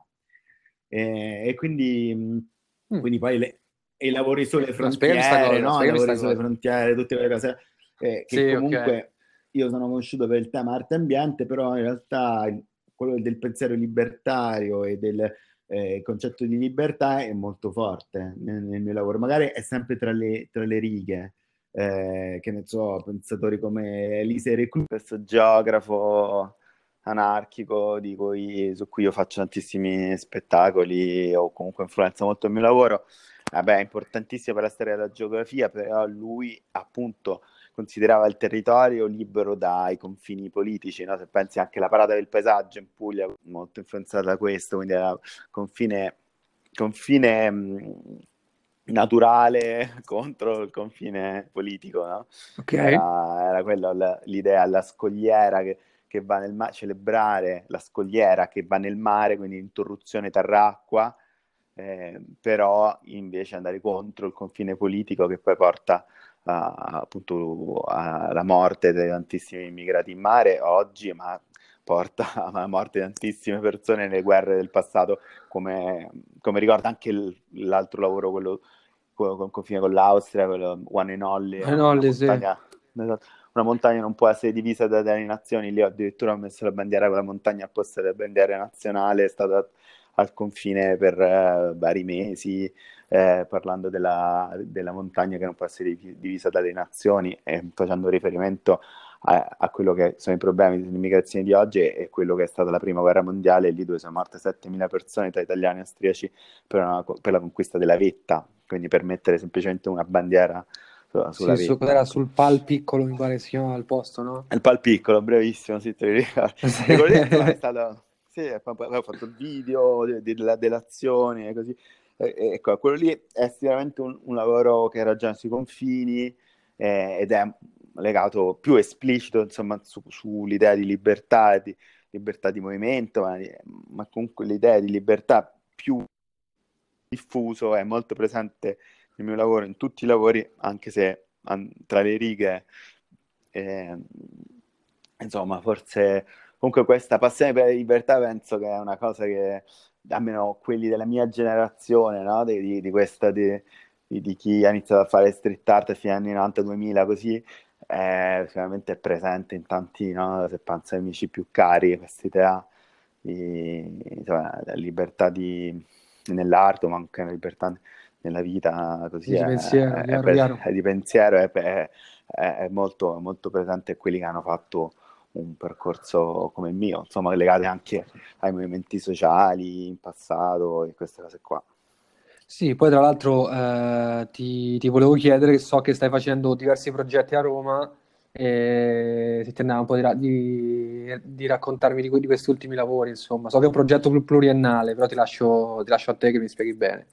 E, e quindi, mh, Mm. quindi poi le- i lavori sulle No, spiegami sta frontiere, cosa, no? I spiegami lavori sta sulle cosa. frontiere, tutte quelle cose eh, che Sì, ok. comunque io sono conosciuto per il tema arte e ambiente, però in realtà il- quello del pensiero libertario e del eh, concetto di libertà è molto forte nel, nel mio lavoro. Magari è sempre tra le, tra le righe, eh, che ne so, pensatori come Elise Reclus, questo geografo anarchico di cui, su cui io faccio tantissimi spettacoli o comunque influenza molto il mio lavoro. Vabbè, è importantissimo per la storia della geografia, però lui appunto considerava il territorio libero dai confini politici, no? Se pensi anche alla parata del paesaggio in Puglia, molto influenzata da questo, quindi era confine, confine mh, naturale contro il confine politico, no? Ok. Era, era quella l'idea, la scogliera che, che va nel mare, celebrare la scogliera che va nel mare, quindi interruzione terra-acqua, eh, però invece andare contro il confine politico che poi porta a, appunto alla morte di tantissimi immigrati in mare oggi, ma porta alla morte di tantissime persone nelle guerre del passato, come, come ricorda anche il, l'altro lavoro, quello con, con confine con l'Austria, quello One and Only, Eh no, una le se- montagna, una montagna non può essere divisa da- dalle nazioni, lì ho addirittura messo la bandiera con la montagna al posto della bandiera nazionale, è stata al confine per eh, vari mesi, eh, parlando della, della montagna che non può essere divisa dalle nazioni e facendo riferimento a, a quello che sono i problemi dell'immigrazione di oggi e quello che è stata la prima guerra mondiale, lì dove sono morte settemila persone tra italiani e austriaci per, una, per la conquista della vetta, quindi per mettere semplicemente una bandiera su- sulla sì, su, vetta. cos'era Ecco. sul Pal piccolo, mi pare si chiamava il posto, no? Il Pal Piccolo, brevissimo, sì, te lo ricordo. E quello lì, insomma, è stato... Sì, poi poi ho fatto il video de- de- della delazione e così. E- e- ecco, quello lì è sicuramente un, un lavoro che ragiona sui confini eh, ed è legato più esplicito, insomma, su- sull'idea di libertà, di libertà di movimento, ma, ma comunque l'idea di libertà più diffuso è molto presente nel mio lavoro, in tutti i lavori, anche se an- tra le righe, eh, insomma, forse comunque questa passione per la libertà penso che è una cosa che almeno quelli della mia generazione, no? Di, di- di questa, di, di- di chi ha iniziato a fare street art a fine anni novanta duemila, così, è sicuramente è presente in tanti, no? Se penso ai amici più cari, questa idea di, insomma, la libertà di, nell'arte, ma anche la libertà nella vita, così Di è, pensiero, è- è chiaro, pre- chiaro. è di pensiero, è, è- è molto, molto presente quelli che hanno fatto un percorso come il mio, insomma, legati anche ai movimenti sociali in passato e queste cose qua. Sì, poi tra l'altro eh, ti, ti volevo chiedere, che so che stai facendo diversi progetti a Roma, e se ti andava un po' di, ra- di- di raccontarmi di, que- di questi ultimi lavori, insomma. So che è un progetto più pluriennale, però ti lascio, ti lascio a te che mi spieghi bene.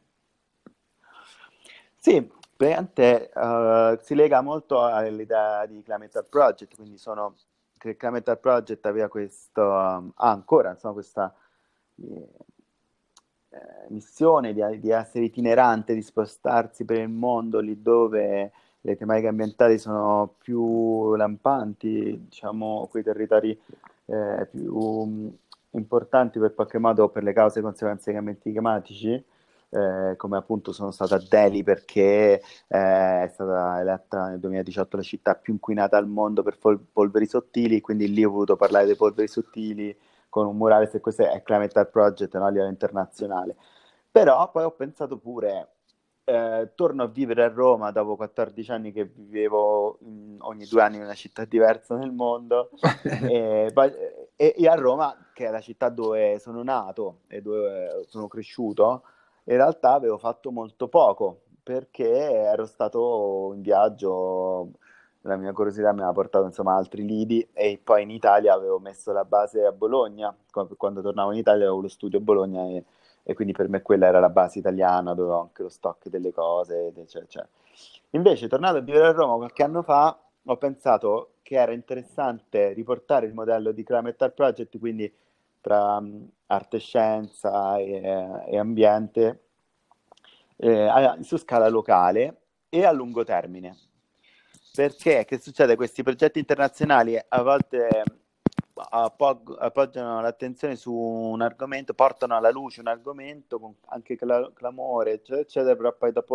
Sì, praticamente eh, si lega molto all'idea di Climate Art Project, quindi sono che il Climate Art Project aveva questo, um, ha ancora insomma, questa eh, eh, missione di, di essere itinerante, di spostarsi per il mondo lì dove le tematiche ambientali sono più lampanti, diciamo, quei territori eh, più um, importanti per qualche modo per le cause e conseguenze dei cambiamenti climatici, eh, come appunto sono stata a Delhi perché eh, è stata eletta nel duemiladiciotto la città più inquinata al mondo per fol- polveri sottili, quindi lì ho voluto parlare dei polveri sottili con un murale, se questo è Climate Art Project, no, a livello internazionale. Però poi ho pensato pure, eh, torno a vivere a Roma dopo quattordici anni che vivevo in- ogni due anni in una città diversa nel mondo, e, poi- e- e a Roma, che è la città dove sono nato e dove sono cresciuto, in realtà avevo fatto molto poco perché ero stato in viaggio, la mia curiosità mi ha portato insomma a altri lidi e poi in Italia avevo messo la base a Bologna, Qu- quando tornavo in Italia avevo lo studio a Bologna e, e quindi per me quella era la base italiana dove ho anche lo stock delle cose, eccetera, eccetera. Invece tornato a vivere a Roma qualche anno fa ho pensato che era interessante riportare il modello di Climate Art Project, quindi tra mh, arte e scienza e, e ambiente, eh, a- su scala locale e a lungo termine. Perché che succede? Questi progetti internazionali a volte appog- appoggiano l'attenzione su un argomento, portano alla luce un argomento con anche cla- clamore, eccetera, eccetera, però poi dopo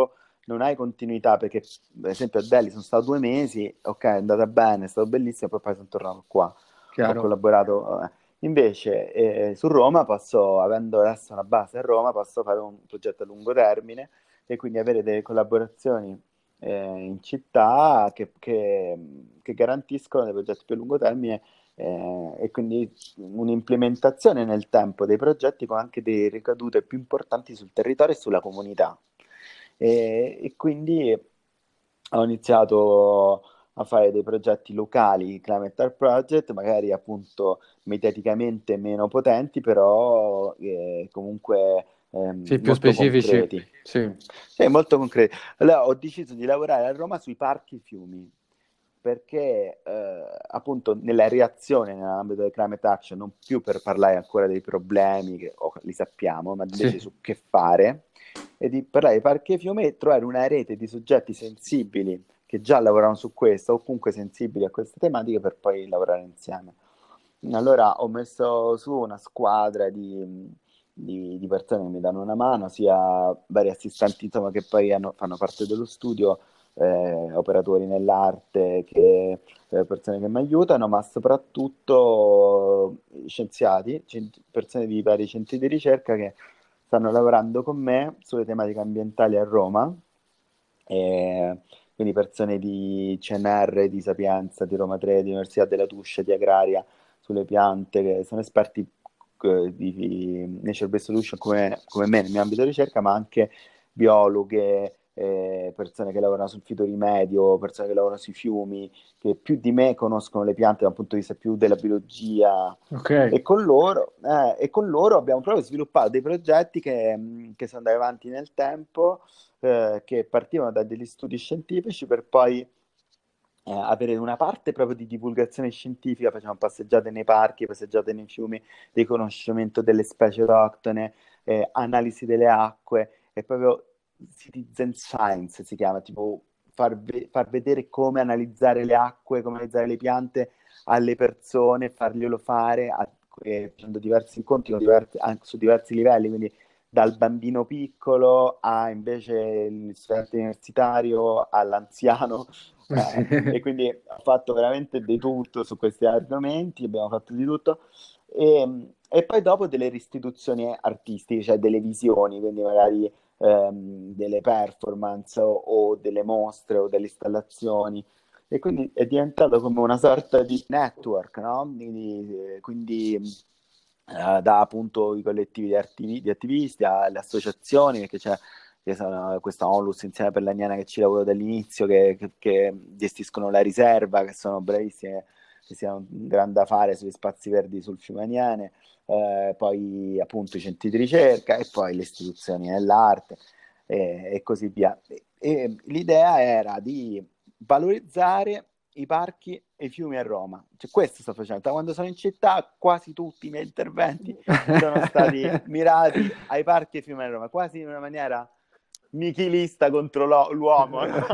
non hai continuità, perché per esempio a Delhi sono stato due mesi, ok, è andata bene, è stato bellissimo, poi, poi sono tornato qua, ho chiaro. collaborato. eh. Invece eh, su Roma posso, avendo adesso una base a Roma, posso fare un progetto a lungo termine e quindi avere delle collaborazioni eh, in città che, che- che garantiscono dei progetti più a lungo termine eh, e quindi un'implementazione nel tempo dei progetti con anche delle ricadute più importanti sul territorio e sulla comunità. E, e quindi ho iniziato a fare dei progetti locali, Climate Art Project, magari appunto mediaticamente meno potenti, però eh, comunque ehm, Sì, più molto specifici. concreti. Sì, Sì, molto concreti. Allora ho deciso di lavorare a Roma sui parchi e fiumi, perché eh, appunto nella reazione nell'ambito del climate action, non più per parlare ancora dei problemi che oh, li sappiamo, ma invece sì. su che fare, e di parlare di parchi e fiumi e trovare una rete di soggetti sensibili che già lavorano su questo o comunque sensibili a queste tematiche per poi lavorare insieme. Allora ho messo su una squadra di, di- di persone che mi danno una mano, sia vari assistenti insomma, che poi hanno- fanno parte dello studio, eh, operatori nell'arte, che, eh, persone che mi aiutano, ma soprattutto scienziati, cent- persone di vari centri di ricerca che stanno lavorando con me sulle tematiche ambientali a Roma, e quindi persone di C N R, di Sapienza, di Roma tre, di Università della Tuscia, di Agraria, sulle piante, che sono esperti eh, di, di Nature Based Solution come, come me nel mio ambito di ricerca, ma anche biologhe, eh, persone che lavorano sul fitorimedio, persone che lavorano sui fiumi, che più di me conoscono le piante da un punto di vista più della biologia. Ok. E con loro, eh, e con loro abbiamo proprio sviluppato dei progetti che, mh, che sono andati avanti nel tempo, eh, che partivano da degli studi scientifici per poi eh, avere una parte proprio di divulgazione scientifica, facciamo passeggiate nei parchi, passeggiate nei fiumi, riconoscimento delle specie autoctone, eh, analisi delle acque, è proprio citizen science si chiama, tipo far, ve- far vedere come analizzare le acque, come analizzare le piante alle persone, farglielo fare, a- eh, facendo diversi incontri con diversi- anche su diversi livelli, quindi dal bambino piccolo a invece il studente universitario all'anziano eh, e quindi ho fatto veramente di tutto su questi argomenti, abbiamo fatto di tutto. E, e poi dopo delle restituzioni artistiche, cioè delle visioni, quindi magari ehm, delle performance o, o delle mostre o delle installazioni. E quindi è diventato come una sorta di network, no? Quindi, quindi, eh, da appunto i collettivi di, attivi- di attivisti alle associazioni, perché c'è che sono questa Onlus insieme per l'Agnana che ci lavoro dall'inizio, che, che- che gestiscono la riserva, che sono bravissime, che sia un grande affare sugli spazi verdi sul fiume Aniene, eh, poi appunto i centri di ricerca e poi le istituzioni dell'arte e, e così via. E, e l'idea era di valorizzare i parchi e i fiumi a Roma. Cioè, questo sto facendo. Da quando sono in città, quasi tutti i miei interventi sono stati mirati ai parchi e ai fiumi a Roma, quasi in una maniera nichilista contro lo- l'uomo, no?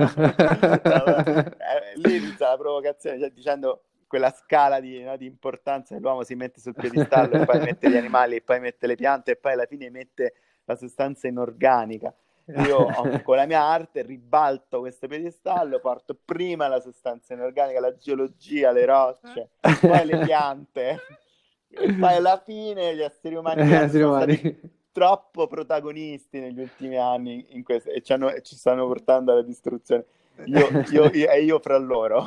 Eh, lì inizia la provocazione, cioè dicendo quella scala di, no, di importanza che l'uomo si mette sul piedistallo e poi mette gli animali e poi mette le piante e poi alla fine mette la sostanza inorganica. Io ho- con la mia arte ribalto questo piedistallo, porto prima la sostanza inorganica, la geologia, le rocce, poi le piante e poi alla fine gli esseri umani che hanno- Esseri sono umani. stati troppo protagonisti negli ultimi anni in questo, e ci, hanno- e ci stanno portando alla distruzione. Io, io, io- e io fra loro.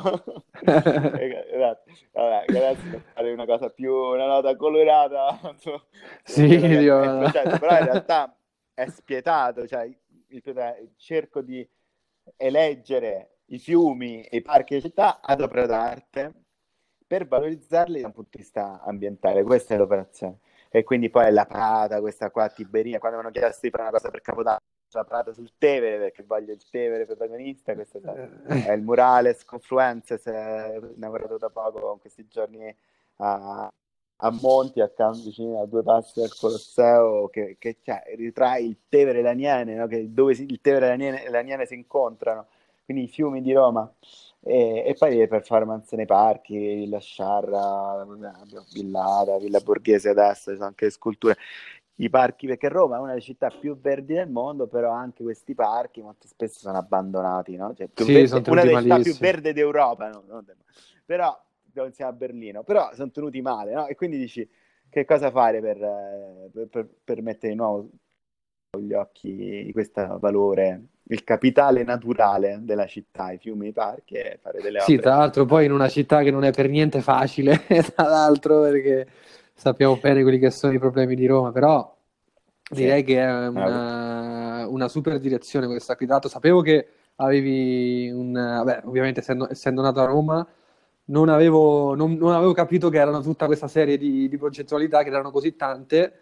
E- esatto. Vabbè, che adesso per fare una cosa più, una nota colorata su, su Sì, quello che è il, è il Dio. processo, però in realtà è spietato, cioè il- il- cerco di eleggere i fiumi e i parchi di città ad opera d'arte per valorizzarli da un punto di vista ambientale. Questa è l'operazione. E quindi poi la Prata, questa qua a Tiberina, quando mi hanno chiesto di fare una cosa per Capodanno, la Prata sul Tevere, perché voglio il Tevere protagonista, questo è il murales Confluences, è inaugurato da poco in questi giorni a, a Monti, a Can- vicino a due passi dal Colosseo, che, che cioè, ritrae il Tevere e l'Aniene, no? Che dove si- il Tevere e l'Aniene, e l'Aniene si incontrano, quindi i fiumi di Roma. E, e poi le performance nei parchi, Villa Sciarra, Villada, Villa Borghese adesso, ci sono anche le sculture. i parchi, perché Roma è una delle città più verdi del mondo, però anche questi parchi molto spesso sono abbandonati, no? Cioè, più Sì, verde, sono una tenuti delle città più malissimo. verde d'Europa, no? Non de- però insieme a Berlino, però sono tenuti male, no? E quindi dici, che cosa fare per, eh, per, per- per mettere di nuovo agli occhi di questo valore, il capitale naturale della città, i fiumi, i parchi, e fare delle Sì, opere tra l'altro poi in fondamentali. una città che non è per niente facile, tra l'altro perché sappiamo bene quelli che sono i problemi di Roma, però Sì, direi che è una- una, una super direzione questa qui dato. Sapevo che avevi un... Vabbè, ovviamente essendo, essendo nato a Roma, non avevo, non, non avevo capito che erano tutta questa serie di, di progettualità, che erano così tante,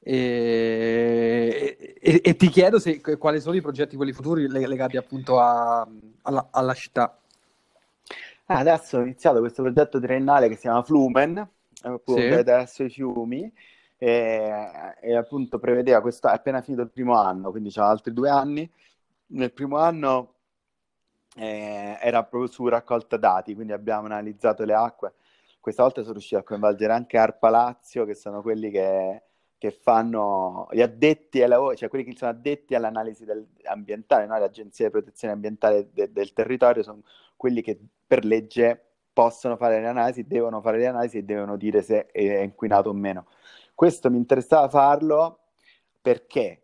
e, e- e ti chiedo se, quali sono i progetti, quelli futuri leg- legati appunto a- alla, alla città. Ah, adesso ho iniziato questo progetto triennale che si chiama Flumen, appunto, Sì, ed è sui fiumi, e, e appunto prevedeva questo, è appena finito il primo anno, quindi c'ha altri due anni. Nel primo anno eh, era proprio su raccolta dati, quindi abbiamo analizzato le acque. Questa volta sono riuscito a coinvolgere anche Arpa Lazio, che sono quelli che, che fanno gli addetti ai lavori, cioè quelli che sono addetti all'analisi del- ambientale, no? Le agenzie di protezione ambientale de- del territorio sono quelli che per legge possono fare le analisi, devono fare le analisi e devono dire se è inquinato o meno. Questo mi interessava farlo perché?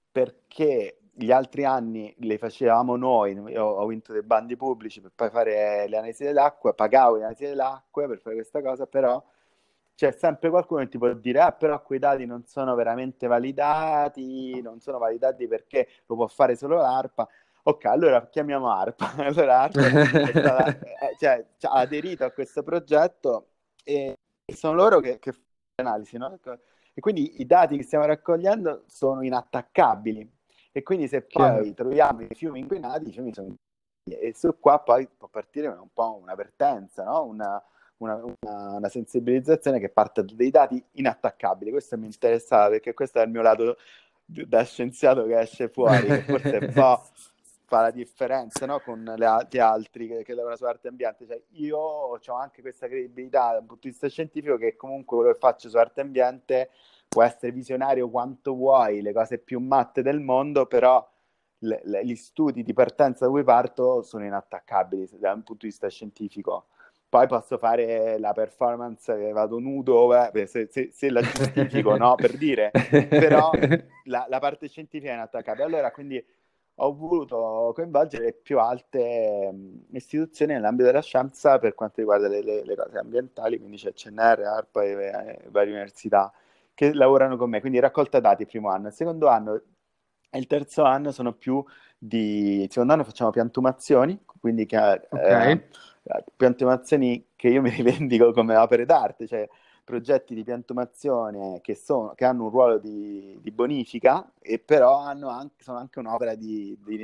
Perché gli altri anni le facevamo noi, io ho vinto dei bandi pubblici per poi fare le analisi dell'acqua, pagavo le analisi dell'acqua per fare questa cosa, però c'è sempre qualcuno che ti può dire, ah, però quei dati non sono veramente validati, non sono validati perché lo può fare solo l'ARPA. Ok, allora chiamiamo ARPA. Allora ARPA è stata, eh, cioè, ci ha aderito a questo progetto e sono loro che, che fanno l'analisi, no? E quindi i dati che stiamo raccogliendo sono inattaccabili. E quindi se chiaro. poi troviamo i fiumi inquinati, i fiumi sono inquinati. E su qua poi può partire un po' un'avvertenza, no? Una, una, una, una sensibilizzazione che parte da dei dati inattaccabili. Questo mi interessava perché questo è il mio lato da scienziato che esce fuori, che forse un po' fa la differenza, no? Con le, gli altri che, che lavorano su arte e ambiente. Cioè, io ho anche questa credibilità dal punto di vista scientifico che comunque quello che faccio su arte e ambiente può essere visionario quanto vuoi, le cose più matte del mondo, però le, le, gli studi di partenza da cui parto sono inattaccabili da un punto di vista scientifico. Poi posso fare la performance che vado nudo, beh, se, se, se la giustifico, no? Per dire, però la, la parte scientifica è inattaccabile. Allora, quindi ho voluto coinvolgere le più alte mh, istituzioni nell'ambito della scienza per quanto riguarda le, le- le cose ambientali, quindi c'è C N R, ARPA e, e varie università che lavorano con me, quindi raccolta dati il primo anno. Il secondo anno e il terzo anno sono più di... Il secondo anno facciamo piantumazioni, quindi che, Ok, eh, piantumazioni che io mi rivendico come opere d'arte, cioè progetti di piantumazione che, sono, che hanno un ruolo di, di bonifica e però hanno anche, sono anche un'opera di, di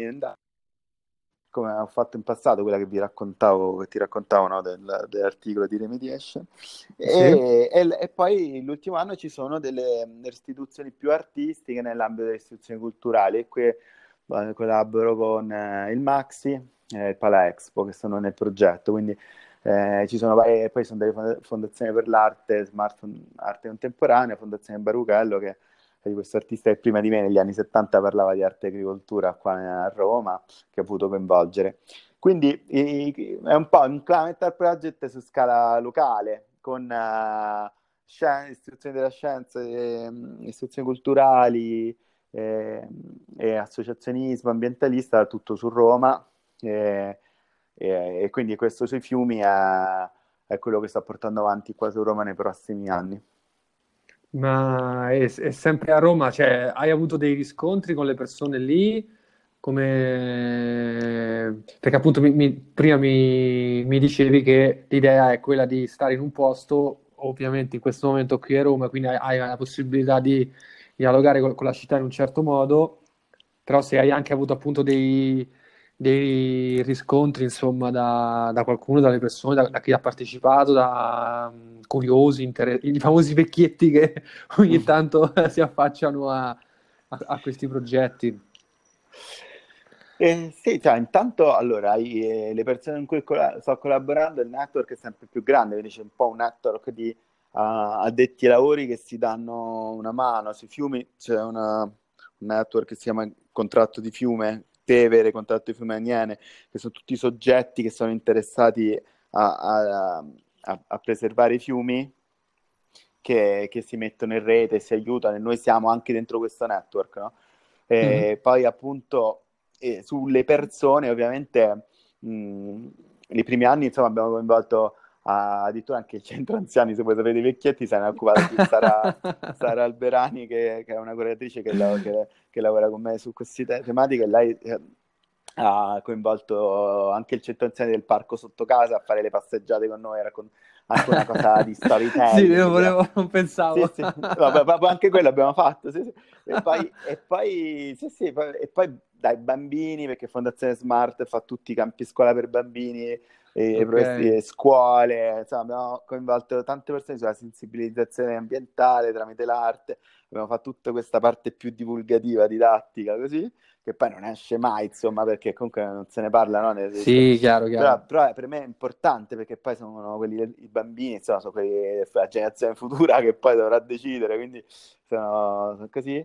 come ho fatto in passato, quella che vi raccontavo, che ti raccontavo, no, del- dell'articolo di Remediation. sì, E, e- e poi l'ultimo anno ci sono delle mm, restituzioni più artistiche nell'ambito delle istituzioni culturali e qui eh, collaboro con eh, il Maxi e il Pala Expo che sono nel progetto, quindi eh, ci sono varie, poi sono delle fonda- fondazioni per l'arte, Smart Fon- Arte Contemporanea, Fondazione Baruchello che è di questo artista che prima di me negli anni settanta parlava di arte e agricoltura qua a Roma che ho potuto coinvolgere. Quindi i- è un po' un climate project su scala locale, con eh, scien- istituzioni della scienza, eh, istituzioni culturali eh, e associazionismo ambientalista, tutto su Roma. E, e- e quindi questo sui fiumi è, è quello che sto portando avanti qua su Roma nei prossimi anni. ma è, è sempre a Roma, cioè hai avuto dei riscontri con le persone lì? Come... Perché appunto mi- mi- prima mi, mi dicevi che l'idea è quella di stare in un posto, ovviamente in questo momento qui a Roma, quindi hai, hai la possibilità di dialogare con, con la città in un certo modo, però se hai anche avuto appunto dei, dei riscontri, insomma, da, da qualcuno, dalle persone, da, da chi ha partecipato, da mm, curiosi, inter- i famosi vecchietti che ogni tanto si affacciano a, a- a questi progetti. Eh, sì, cioè, intanto allora hai, eh, le persone con cui colla- sto collaborando, il network è sempre più grande, quindi c'è un po' un network di a- addetti ai lavori che si danno una mano. Sui fiumi c'è una, un network che si chiama Contratto di Fiume, Tevere, Contratto di Fiume Aniene, che sono tutti soggetti che sono interessati a, a- a- a preservare i fiumi, che, che si mettono in rete e si aiutano, e noi siamo anche dentro questo network, no? Mhm. E poi appunto eh, sulle persone, ovviamente, mh, nei primi anni insomma abbiamo coinvolto ah, addirittura anche il centro anziani, se voi sapete i vecchietti, se ne è occupata più Sara, Sara Alberani, che, che è una curatrice che, la- che- che lavora con me su queste te- tematiche, e lei eh, ha coinvolto anche il centro anziani del parco sotto casa a fare le passeggiate con noi, a raccon- anche una cosa di Sì, io storytelling, volevo, di- non sì, pensavo. sì, vabbè, vabbè, anche quello abbiamo fatto, sì, sì. E poi, e poi, sì, sì, poi- e poi dai bambini, perché Fondazione Smart fa tutti i campi scuola per bambini, e, Ok, professi- e scuole, insomma, abbiamo coinvolto tante persone sulla sensibilizzazione ambientale tramite l'arte, abbiamo fatto tutta questa parte più divulgativa, didattica, così, che poi non esce mai, insomma, perché comunque non se ne parla, no? Ne- sì, chiaro, Però, chiaro. però per me è importante, perché poi sono quelli, i bambini, insomma, sono quelli della generazione futura che poi dovrà decidere, quindi sono, sono così.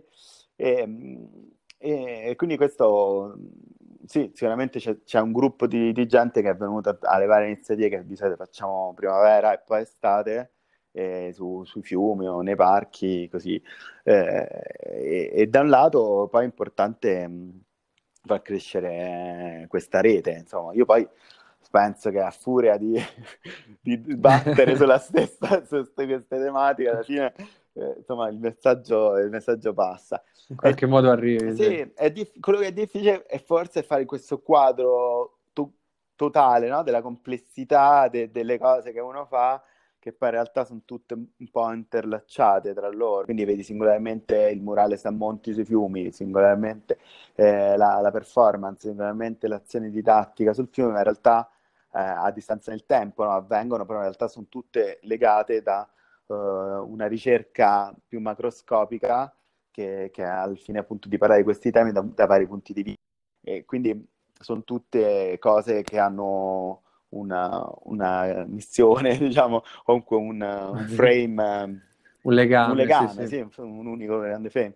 E, e- e quindi questo, sì, sicuramente c'è c'è un gruppo di, di gente che è venuta alle varie iniziative che di solito facciamo primavera e poi estate, eh, su- sui fiumi o nei parchi, così. Eh, e, e da un lato poi è importante mh, far crescere questa rete, insomma. Io poi penso che a furia di, di battere sulla stessa, su queste queste tematiche, alla fine, eh, insomma, il messaggio, il messaggio passa. In È- qualche modo arrivi, sì, sì. è dif- quello che è difficile è forse fare questo quadro to- totale, no? Della complessità de- delle cose che uno fa, che poi in realtà sono tutte un po' interlacciate tra loro. Quindi vedi singolarmente il murale San Monti sui fiumi, singolarmente eh, la, la performance, singolarmente l'azione didattica sul fiume, ma in realtà eh, a distanza nel tempo, no? Avvengono, però in realtà sono tutte legate da eh, una ricerca più macroscopica che, che ha al fine appunto di parlare di questi temi da, da vari punti di vista. E quindi sono tutte cose che hanno una, una missione, diciamo, o comunque un, un frame, eh, Un un legame, sì, legame, sì. sì, un unico grande frame.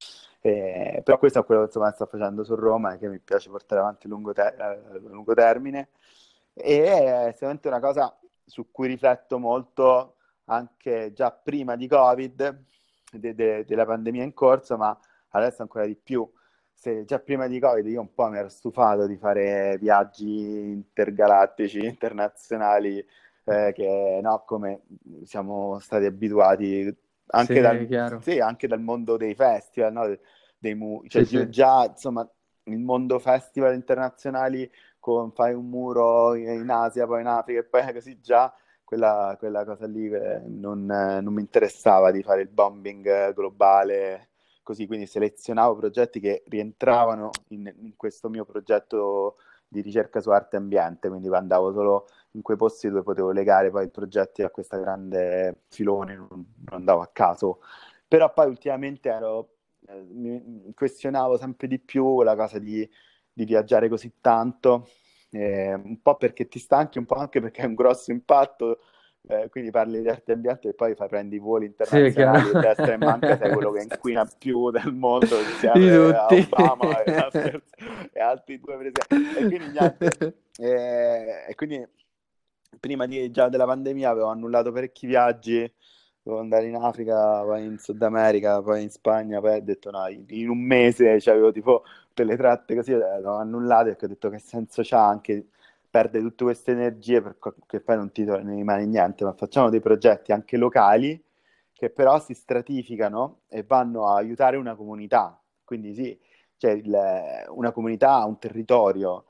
Eh, però questo è quello che insomma, sto facendo su Roma e che mi piace portare avanti a lungo, te- a lungo termine, e è sicuramente una cosa su cui rifletto molto anche già prima di Covid, de- de- della pandemia in corso, ma adesso ancora di più. Se già prima di Covid io un po' mi ero stufato di fare viaggi intergalattici, internazionali, eh, che no, come siamo stati abituati anche Sì, dal, chiaro. sì, anche dal mondo dei festival, no? Dei mu- cioè, Sì, io sì. già, insomma, il mondo festival internazionali, con fai un muro in, in Asia, poi in Africa, e poi così già quella, quella cosa lì eh, non, eh, non mi interessava di fare il bombing eh, globale, così, quindi selezionavo progetti che rientravano in, in questo mio progetto di ricerca su arte e ambiente, quindi andavo solo in quei posti dove potevo legare poi i progetti a questa grande filone, non, non andavo a caso. Però poi ultimamente ero, eh, mi questionavo sempre di più la cosa di, di viaggiare così tanto, eh, un po' perché ti stanchi, un po' anche perché è un grosso impatto, eh, quindi parli di arte e ambiente e poi fai, prendi voli Sì, è chiaro. internazionali e destra e manca sei quello che inquina più del mondo Di insieme a tutti. Obama e, a, e altri due presidenti. E quindi niente, eh, e quindi prima di, già della pandemia avevo annullato parecchi viaggi, dovevo andare in Africa, poi in Sud America, poi in Spagna, poi ho detto no, in, in un mese cioè, avevo tipo tutte le tratte così, eh, le ho annullate perché ho detto che senso c'ha anche perdere tutte queste energie perché poi non ti to- ne rimane niente, ma facciamo dei progetti anche locali che però si stratificano e vanno a aiutare una comunità, quindi sì, cioè il- una comunità, un territorio.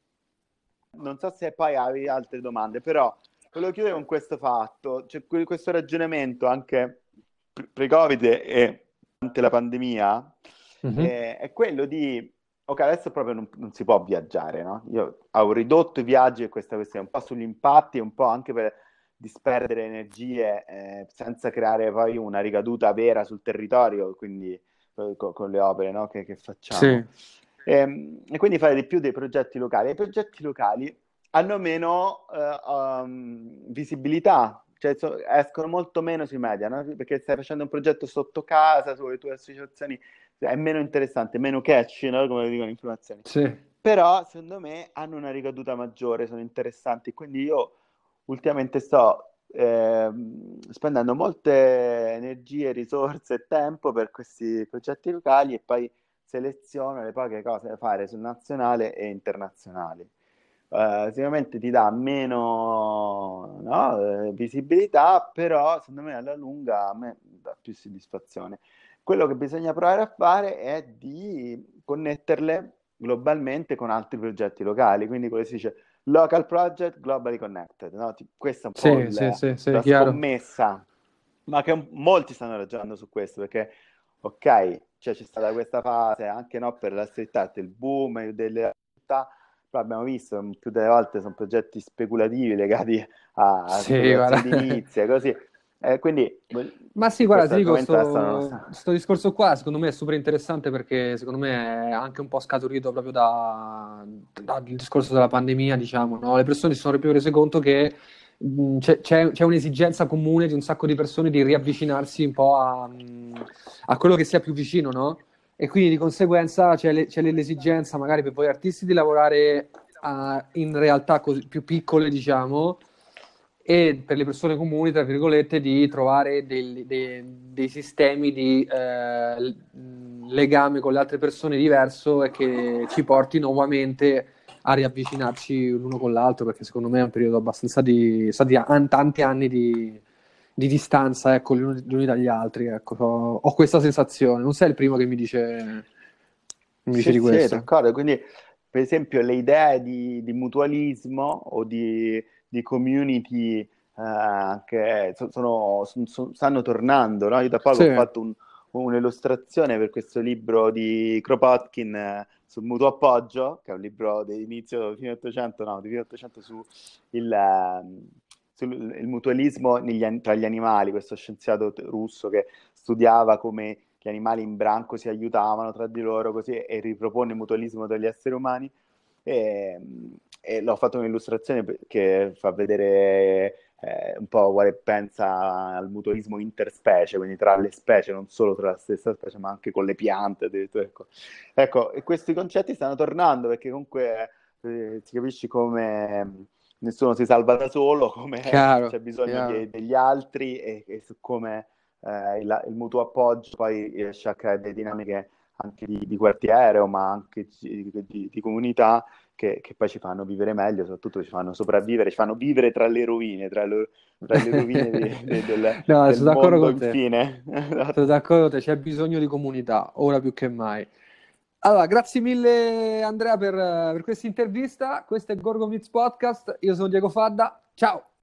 Non so se poi avevi altre domande, però volevo chiudere con questo fatto, cioè que- questo ragionamento anche pre- pre-Covid e durante la pandemia, Mhm. eh, è quello di, ok, adesso proprio non, non si può viaggiare, no? Io ho ridotto i viaggi e questa questione, un po' sugli impatti, un po' anche per disperdere energie, eh, senza creare poi una ricaduta vera sul territorio, quindi eh, co- con le opere, no, che, che facciamo. Sì. Ehm, E, quindi fare di più dei progetti locali. I progetti locali hanno meno eh, um, visibilità, cioè, so- escono molto meno sui media, no? Perché stai facendo un progetto sotto casa, sulle tue associazioni, è meno interessante, meno catchy, no? Come dicono le informazioni. Sì, Però, secondo me, hanno una ricaduta maggiore, sono interessanti, quindi io ultimamente sto ehm, spendendo molte energie, risorse e tempo per questi progetti locali e poi seleziono le poche cose da fare sul nazionale e internazionali. Eh, sicuramente ti dà meno, no, eh, visibilità, però secondo me alla lunga a me dà più soddisfazione. Quello che bisogna provare a fare è di connetterle globalmente con altri progetti locali, quindi come si dice local project globally connected, no? Ti- Questa è un po' sì, sì, il- sì, sì, la chiaro. scommessa, ma che un- molti stanno ragionando su questo, perché ok, cioè c'è stata questa fase anche no, per la street art, il boom delle città, però abbiamo visto mm, più delle volte sono progetti speculativi legati a Sì, guarda. speculazioni edilizie, così. Eh, quindi vol- Ma sì, su guarda, questo ti dico, argomento adesso non lo sto, so. sto discorso qua secondo me è super interessante perché secondo me è anche un po' scaturito proprio da, dal discorso della pandemia, diciamo, no? Le persone si sono proprio rese conto che mh, c'è, c'è- c'è un'esigenza comune di un sacco di persone di riavvicinarsi un po' a, mh, a quello che sia più vicino, no? E quindi di conseguenza c'è, le- c'è l'esigenza magari per voi artisti di lavorare a- in realtà così- più piccole, diciamo, e per le persone comuni, tra virgolette, di trovare dei, dei- dei sistemi di eh, l- legame con le altre persone diverso e che ci porti nuovamente a riavvicinarci l'uno con l'altro, perché secondo me è un periodo abbastanza di, sa di an- tanti anni di, di distanza, ecco, gli uni, gli uni dagli altri, ecco. Ho, ho questa sensazione. Non sei il primo che mi dice, mi dice Sì, di sì, questo. d'accordo. Quindi, per esempio, le idee di, di mutualismo o di, di community eh, che so- sono, son- son- stanno tornando, no? Io da poco Sì, ho fatto un- un'illustrazione per questo libro di Kropotkin eh, sul mutuo appoggio, che è un libro dell'inizio fine Ottocento, no, di fine Ottocento su il, ehm, sul il mutualismo negli an- tra gli animali, questo scienziato t- russo che studiava come gli animali in branco si aiutavano tra di loro così e ripropone il mutualismo degli esseri umani e, e l'ho fatto un'illustrazione che fa vedere eh, un po' quale pensa al mutualismo interspecie, quindi tra le specie, non solo tra la stessa specie, ma anche con le piante addirittura. Ecco, ecco e questi concetti stanno tornando perché comunque eh, si capisci come nessuno si salva da solo, come chiaro, c'è bisogno chiaro. di- degli altri e, e su come eh, il, il mutuo appoggio poi riesce a creare delle dinamiche anche di, di quartiere, o ma anche di, di- di comunità che, che poi ci fanno vivere meglio, soprattutto ci fanno sopravvivere, ci fanno vivere tra le rovine, tra, le- tra le rovine di- de- del, No, del sono d'accordo mondo con te. infine. Sono Esatto. d'accordo con te, c'è bisogno di comunità, ora più che mai. Allora, grazie mille Andrea per, per questa intervista. Questo è Gorgo Meets Podcast. Io sono Diego Fadda. Ciao!